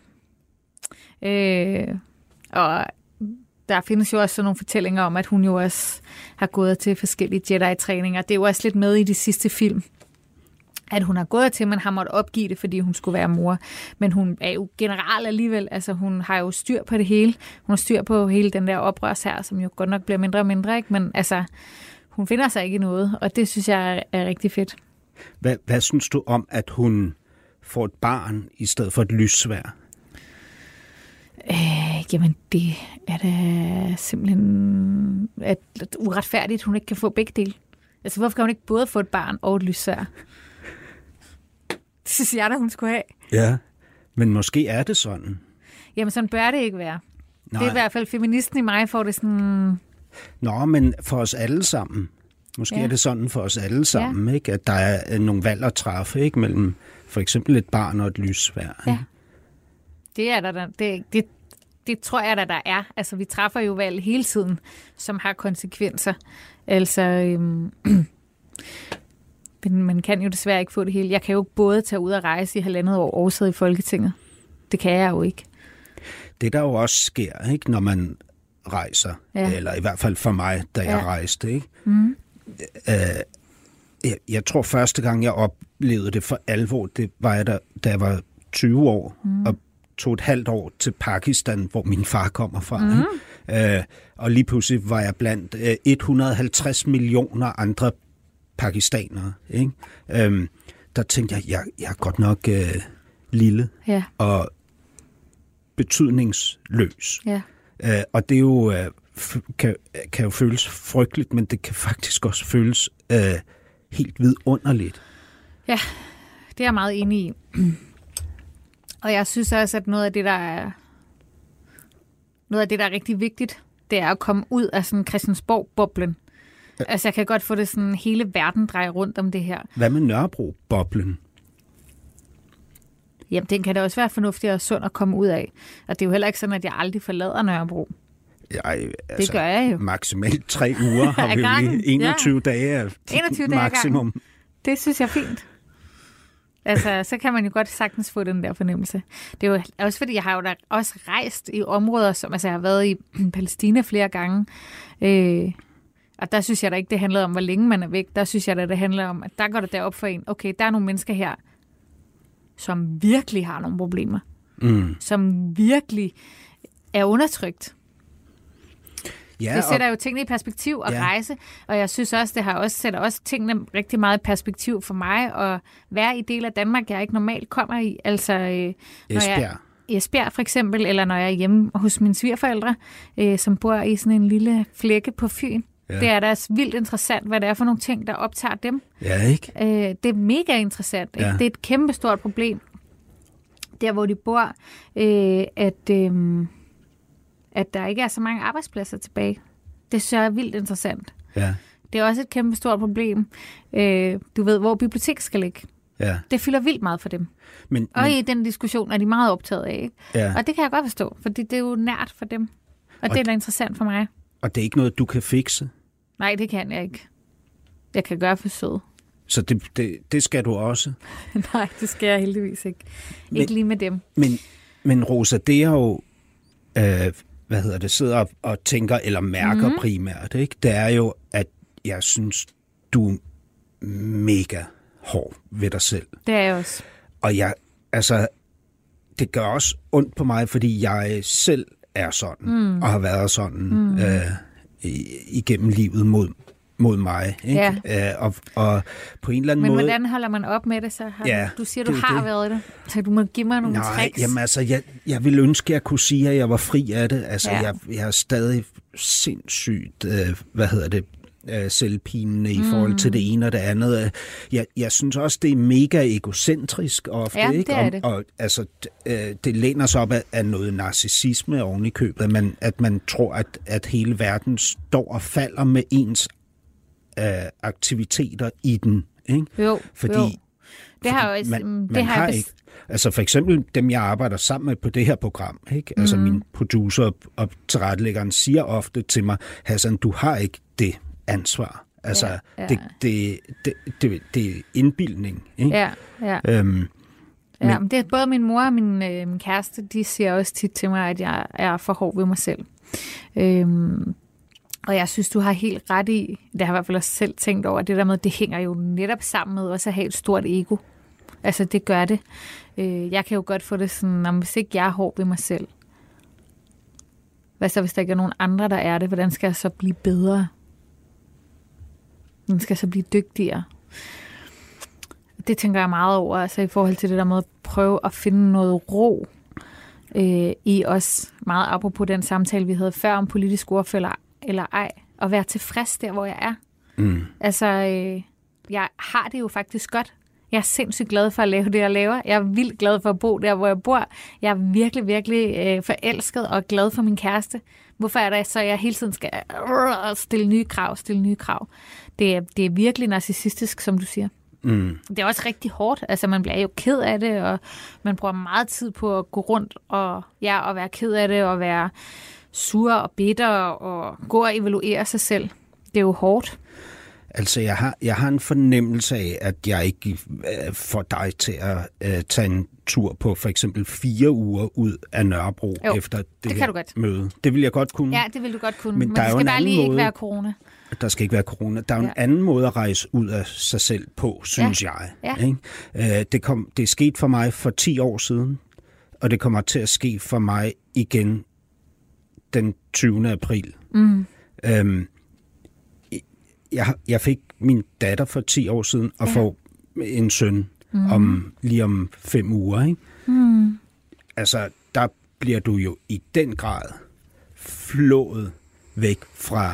Og der findes jo også sådan nogle fortællinger om, at hun jo også har gået til forskellige Jedi-træninger. Det er jo også lidt med i de sidste film, at hun har gået til, men har måttet opgive det, fordi hun skulle være mor. Men hun er jo generelt alligevel, altså hun har jo styr på det hele. Hun har styr på hele den der oprørs her, som jo godt nok bliver mindre og mindre, ikke? Men altså, hun finder sig ikke i noget, og det synes jeg er rigtig fedt. Hvad synes du om, at hun får et barn i stedet for et lyssværd? Jamen, det er da simpelthen uretfærdigt, at hun ikke kan få begge dele. Altså, hvorfor kan hun ikke både få et barn og et lyssværd? Det synes jeg da, hun skulle have. Ja, men måske er det sådan. Jamen, sådan bør det ikke være. Nej. Det er i hvert fald feministen i mig, får det sådan... Nå, men for os alle sammen. Måske er det sådan for os alle sammen, ikke? At der er nogle valg at træffe, ikke? Mellem for eksempel et barn og et lyssværd. Ja. Det er der. Det tror jeg, der er. Altså, vi træffer jo valg hele tiden, som har konsekvenser. Altså, men man kan jo desværre ikke få det hele. Jeg kan jo både tage ud og rejse i 1,5 år og sidde i Folketinget. Det kan jeg jo ikke. Det der jo også sker, ikke, når man rejser, eller i hvert fald for mig, da jeg rejste, ikke? Mm. Jeg tror første gang, jeg oplevede det for alvor, det var jeg da jeg var 20 år, og tog et halvt år til Pakistan, hvor min far kommer fra. Og lige pludselig var jeg blandt 150 millioner andre pakistanere. Ikke? Der tænkte jeg er godt nok lille og betydningsløs. Ja. Og det er jo, kan jo føles frygteligt, men det kan faktisk også føles helt vidunderligt. Ja, det er jeg meget enig i. Og jeg synes også, at noget af det, der er rigtig vigtigt, det er at komme ud af sådan Christiansborg-boblen. Ja. Altså, jeg kan godt få det sådan, hele verden drejer rundt om det her. Hvad med Nørrebro-boblen? Jamen, den kan da også være fornuftig og sund at komme ud af. Og det er jo heller ikke sådan, at jeg aldrig forlader Nørrebro. Altså, det gør jeg jo. Maksimalt 3 uger har vi jo lige 21 dage 21 dage maksimum. Det synes jeg er fint. Altså, så kan man jo godt sagtens få den der fornemmelse. Det er jo også fordi, jeg har jo da også rejst i områder, som altså jeg har været i Palæstina flere gange. Og der synes jeg da ikke, det handler om, hvor længe man er væk. Der synes jeg da, det handler om, at der går det derop for en. Okay, der er nogle mennesker her, som virkelig har nogle problemer. Som virkelig er undertrykt. Ja, det sætter jo tingene i perspektiv at rejse, og jeg synes også, det har også sætter også tingene rigtig meget i perspektiv for mig at være i del af Danmark, jeg ikke normalt kommer i. Altså, Esbjerg for eksempel, eller når jeg er hjemme hos mine svigerforældre, som bor i sådan en lille flække på Fyn. Ja. Det er da vildt interessant, hvad det er for nogle ting, der optager dem. Ja, ikke? Det er mega interessant. Ikke? Ja. Det er et kæmpestort problem, der hvor de bor, at der ikke er så mange arbejdspladser tilbage. Det synes jeg er vildt interessant. Ja. Det er også et kæmpe stort problem. Du ved, hvor biblioteket skal ligge. Ja. Det fylder vildt meget for dem. Men i den diskussion er de meget optaget af. Ikke? Ja. Og det kan jeg godt forstå, fordi det er jo nært for dem. Og det er da interessant for mig. Og det er ikke noget, du kan fikse? Nej, det kan jeg ikke. Jeg kan gøre forsøget. Så det skal du også? Nej, det skal jeg heldigvis ikke. Ikke lige med dem. Men Rosa, det er jo... sidder og tænker eller mærker primært, ikke? Det er jo, at jeg synes, du er mega hård ved dig selv. Det er jeg også. Og det gør også ondt på mig, fordi jeg selv er sådan, og har været sådan igennem livet mod mig. Ikke? Ja. Og på en eller anden måde... Men hvordan holder man op med det så? Du siger, du har været det. Så du må give mig nogle tricks. Jamen altså, jeg ville ønske, at jeg kunne sige, at jeg var fri af det. Altså, jeg er stadig sindssygt, selvpinende i forhold til det ene og det andet. Jeg synes også, det er mega egocentrisk ofte. Ja, ikke? Det og altså, det læner sig op af noget narcissisme oven i købet, at man tror, at hele verden står og falder med ens aktiviteter i den. Ikke? Jo, fordi Det har jo man har ikke. Altså for eksempel dem, jeg arbejder sammen med på det her program, ikke? Altså min producer og tilrettelæggeren siger ofte til mig, Hassan, du har ikke det ansvar. Altså, det er indbildning, ikke? Ja. Men det er både min mor og min kæreste, de siger også tit til mig, at jeg er for hård ved mig selv. Og jeg synes, du har helt ret i, det har jeg i hvert fald også selv tænkt over, det der med, det hænger jo netop sammen med også at have et stort ego. Altså, det gør det. Jeg kan jo godt få det sådan, om hvis ikke jeg er hård ved mig selv, hvad så, hvis der ikke er nogen andre, der er det? Hvordan skal jeg så blive bedre? Hvordan skal jeg så blive dygtigere? Det tænker jeg meget over, altså i forhold til det der med at prøve at finde noget ro i os. Meget apropos den samtale, vi havde før om politisk ordfører eller ej, og være tilfreds der, hvor jeg er. Altså, jeg har det jo faktisk godt. Jeg er sindssygt glad for at lave det, jeg laver. Jeg er vildt glad for at bo der, hvor jeg bor. Jeg er virkelig, virkelig forelsket og glad for min kæreste. Hvorfor er det så, jeg hele tiden skal stille nye krav? Det er virkelig narcissistisk, som du siger. Det er også rigtig hårdt. Altså, man bliver jo ked af det, og man bruger meget tid på at gå rundt og være ked af det, og være sur og bitter, og gå og evaluere sig selv. Det er jo hårdt. Altså, jeg har en fornemmelse af, at jeg ikke får dig til at tage en tur på for eksempel 4 uger ud af Nørrebro efter det her møde. Det vil jeg godt kunne. Ja, det vil du godt kunne. Men der skal bare lige ikke være corona. Der skal ikke være corona. Der er jo en anden måde at rejse ud af sig selv på, synes jeg. Ja. Ikke? Det er sket for mig for 10 år siden, og det kommer til at ske for mig igen den 20. april. Jeg fik min datter for 10 år siden og får en søn lige om 5 uger. Ikke? Altså, der bliver du jo i den grad flået væk fra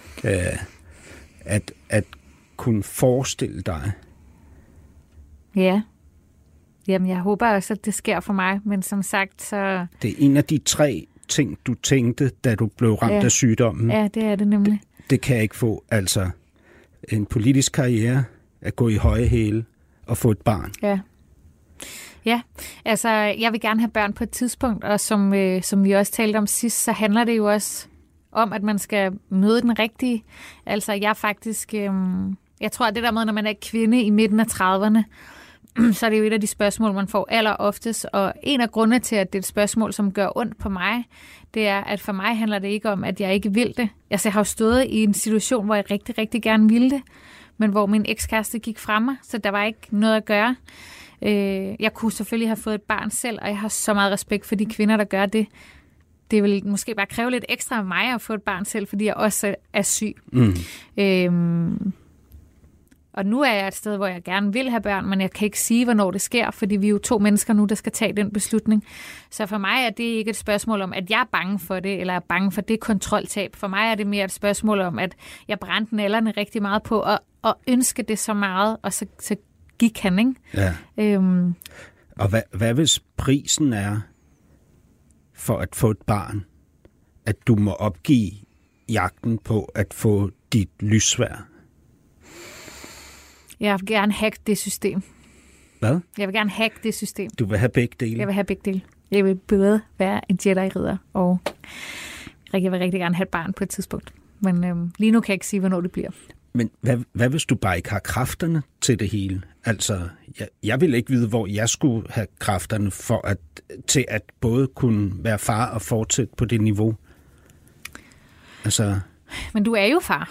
at kunne forestille dig. Ja. Jamen, jeg håber også, at det sker for mig, men som sagt, så... Det er en af de 3 ting, du tænkte, da du blev ramt af sygdommen. Ja, det er det nemlig. Det kan jeg ikke få, altså en politisk karriere, at gå i høje hæle og få et barn. Ja, altså jeg vil gerne have børn på et tidspunkt, og som vi også talte om sidst, så handler det jo også om, at man skal møde den rigtige. Altså jeg faktisk, jeg tror, at det der med, når man er kvinde i midten af 30'erne, så er det jo et af de spørgsmål, man får alleroftest, og en af grundene til, at det er et spørgsmål, som gør ondt på mig, det er, at for mig handler det ikke om, at jeg ikke vil det. Altså, jeg har jo stået i en situation, hvor jeg rigtig, rigtig gerne ville det, men hvor min ekskæreste gik fra mig, så der var ikke noget at gøre. Jeg kunne selvfølgelig have fået et barn selv, og jeg har så meget respekt for de kvinder, der gør det. Det vil måske bare kræve lidt ekstra af mig at få et barn selv, fordi jeg også er syg. Og nu er jeg et sted, hvor jeg gerne vil have børn, men jeg kan ikke sige, hvornår det sker, fordi vi er jo 2 mennesker nu, der skal tage den beslutning. Så for mig er det ikke et spørgsmål om, at jeg er bange for det, eller er bange for det kontroltab. For mig er det mere et spørgsmål om, at jeg brændte nælderne rigtig meget på at ønske det så meget, og så gik han, ikke? Ja. Og hvad hvis prisen er for at få et barn, at du må opgive jagten på at få dit lyssværd? Jeg vil gerne hacke det system. Hvad? Jeg vil gerne hacke det system. Du vil have begge dele? Jeg vil have begge dele. Jeg vil både være en Jedi-ridder, og jeg vil rigtig gerne have et barn på et tidspunkt. Men lige nu kan jeg ikke sige, hvornår det bliver. Men hvad hvis du bare ikke har kræfterne til det hele? Altså, jeg vil ikke vide, hvor jeg skulle have kræfterne til at både kunne være far og fortsætte på det niveau. Altså... Men du er jo far.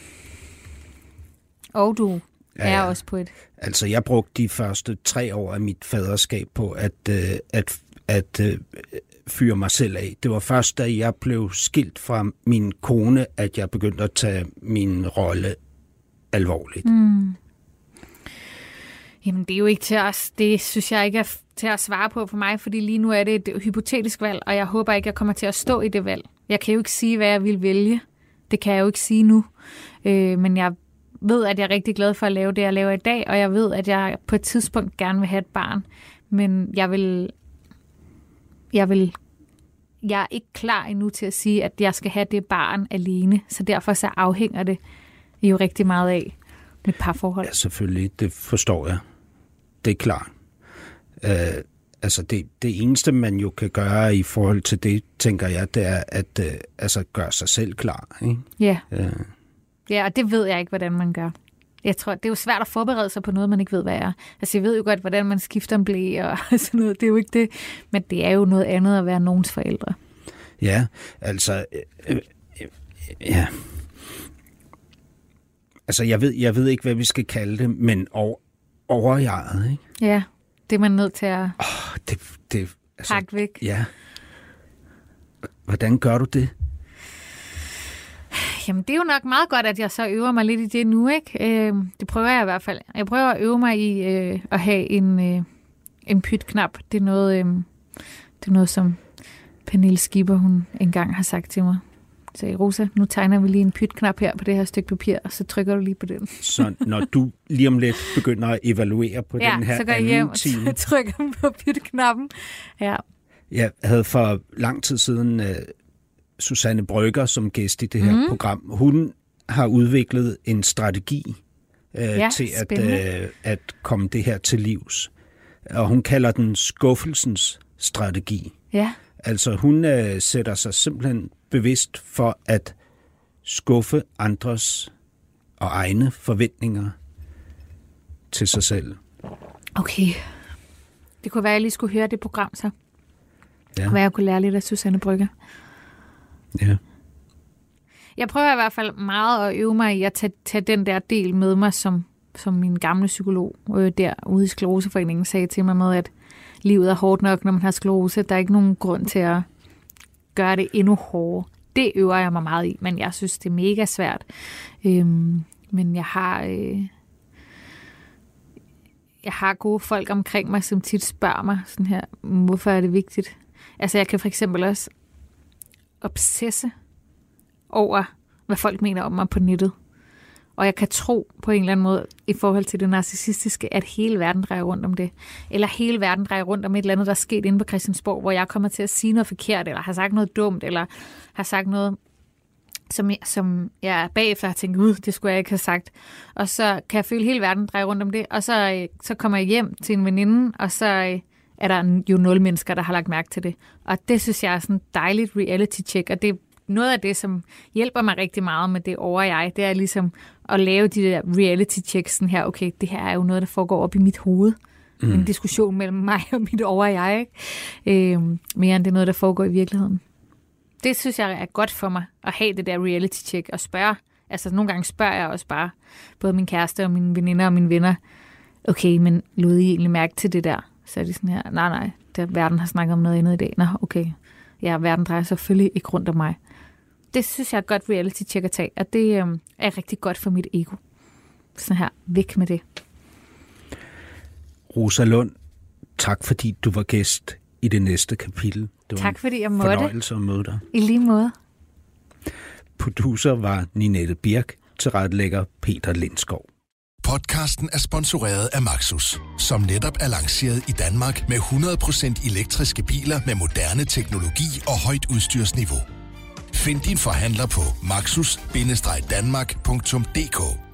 Og du er også på et... Altså, jeg brugte de første 3 år af mit faderskab på at fyre mig selv af. Det var først, da jeg blev skilt fra min kone, at jeg begyndte at tage min rolle alvorligt. Jamen, det er jo ikke til os. Det synes jeg ikke er til at svare på for mig, fordi lige nu er det et hypotetisk valg, og jeg håber ikke, jeg kommer til at stå i det valg. Jeg kan jo ikke sige, hvad jeg vil vælge. Det kan jeg jo ikke sige nu. Men jeg ved, at jeg er rigtig glad for at lave det, jeg laver i dag, og jeg ved, at jeg på et tidspunkt gerne vil have et barn. Men jeg er ikke klar endnu til at sige, at jeg skal have det barn alene, så derfor så afhænger det jo rigtig meget af mit parforhold. Ja, selvfølgelig. Det forstår jeg. Det er klart. Altså det eneste, man jo kan gøre i forhold til det, tænker jeg, det er at gøre sig selv klar. Ikke? Ja. Ja, og det ved jeg ikke, hvordan man gør. Jeg tror, det er jo svært at forberede sig på noget, man ikke ved, hvad er. Altså, jeg ved jo godt, hvordan man skifter en blæ og sådan noget. Det er jo ikke det. Men det er jo noget andet at være nogens forældre. Ja, altså... ja. Altså, jeg ved ikke, hvad vi skal kalde det, men overjeget, ikke? Ja, det er man nødt til at altså, pakke væk. Ja. Hvordan gør du det? Jamen, det er jo nok meget godt, at jeg så øver mig lidt i det nu, ikke? Det prøver jeg i hvert fald. Jeg prøver at øve mig i at have en pytknap. Det er noget, som Pernille Skipper, hun engang har sagt til mig. Så Rosa, nu tegner vi lige en pytknap her på det her stykke papir, og så trykker du lige på den. Så når du lige om lidt begynder at evaluere på den her så går jeg hjem, og så trykker på pytknappen. Ja. Jeg havde for lang tid siden Susanne Brøgger som gæst i det her program. Hun har udviklet en strategi til at komme det her til livs. Og hun kalder den skuffelsens strategi. Ja. Altså hun sætter sig simpelthen bevidst for at skuffe andres og egne forventninger til sig selv. Okay. Det kunne være, at jeg lige skulle høre det program så. Ja. Og hvad jeg kunne lære lidt af Susanne Brøgger. Ja. Jeg prøver i hvert fald meget at øve mig i at tage den der del med mig, som min gamle psykolog derude i Skleroseforeningen sagde til mig med, at livet er hårdt nok, når man har sklerose. Der er ikke nogen grund til at gøre det endnu hårdere. Det øver jeg mig meget i, men jeg synes, det er mega svært. Men jeg har gode folk omkring mig, som tit spørger mig sådan her, hvorfor er det vigtigt? Altså, jeg kan for eksempel også obsesse over, hvad folk mener om mig på nettet. Og jeg kan tro på en eller anden måde, i forhold til det narcissistiske, at hele verden drejer rundt om det. Eller hele verden drejer rundt om et eller andet, der er sket inde på Christiansborg, hvor jeg kommer til at sige noget forkert, eller har sagt noget dumt, eller har sagt noget, som jeg bagefter har tænkt, det skulle jeg ikke have sagt. Og så kan jeg føle, at hele verden drejer rundt om det. Og så kommer jeg hjem til en veninde, og så er der jo 0 mennesker, der har lagt mærke til det. Og det synes jeg er sådan et dejligt reality-check, og det er noget af det, som hjælper mig rigtig meget med det jeg, det er ligesom at lave de der reality-checks sådan her, okay, det her er jo noget, der foregår op i mit hoved. En diskussion mellem mig og mit jeg, ikke? Mere end det er noget, der foregår i virkeligheden. Det synes jeg er godt for mig, at have det der reality-check og spørge. Altså nogle gange spørger jeg også bare, både min kæreste og mine veninder og mine venner, okay, men lod I egentlig mærke til det der? Så er de sådan her, nej, verden har snakket om noget andet i dag. Nå, okay, ja, verden drejer selvfølgelig ikke rundt om mig. Det synes jeg er et godt reality-check at tage, og det er rigtig godt for mit ego. Sådan her, væk med det. Rosa Lund, tak fordi du var gæst i det næste kapitel. Det tak fordi jeg måtte. Fornøjelse at møde dig. I lige måde. Producer var Ninette Birk, tilrettelægger Peter Lindskov. Podcasten er sponsoreret af Maxus, som netop er lanceret i Danmark med 100% elektriske biler med moderne teknologi og højt udstyrsniveau. Find din forhandler på maxus-danmark.dk.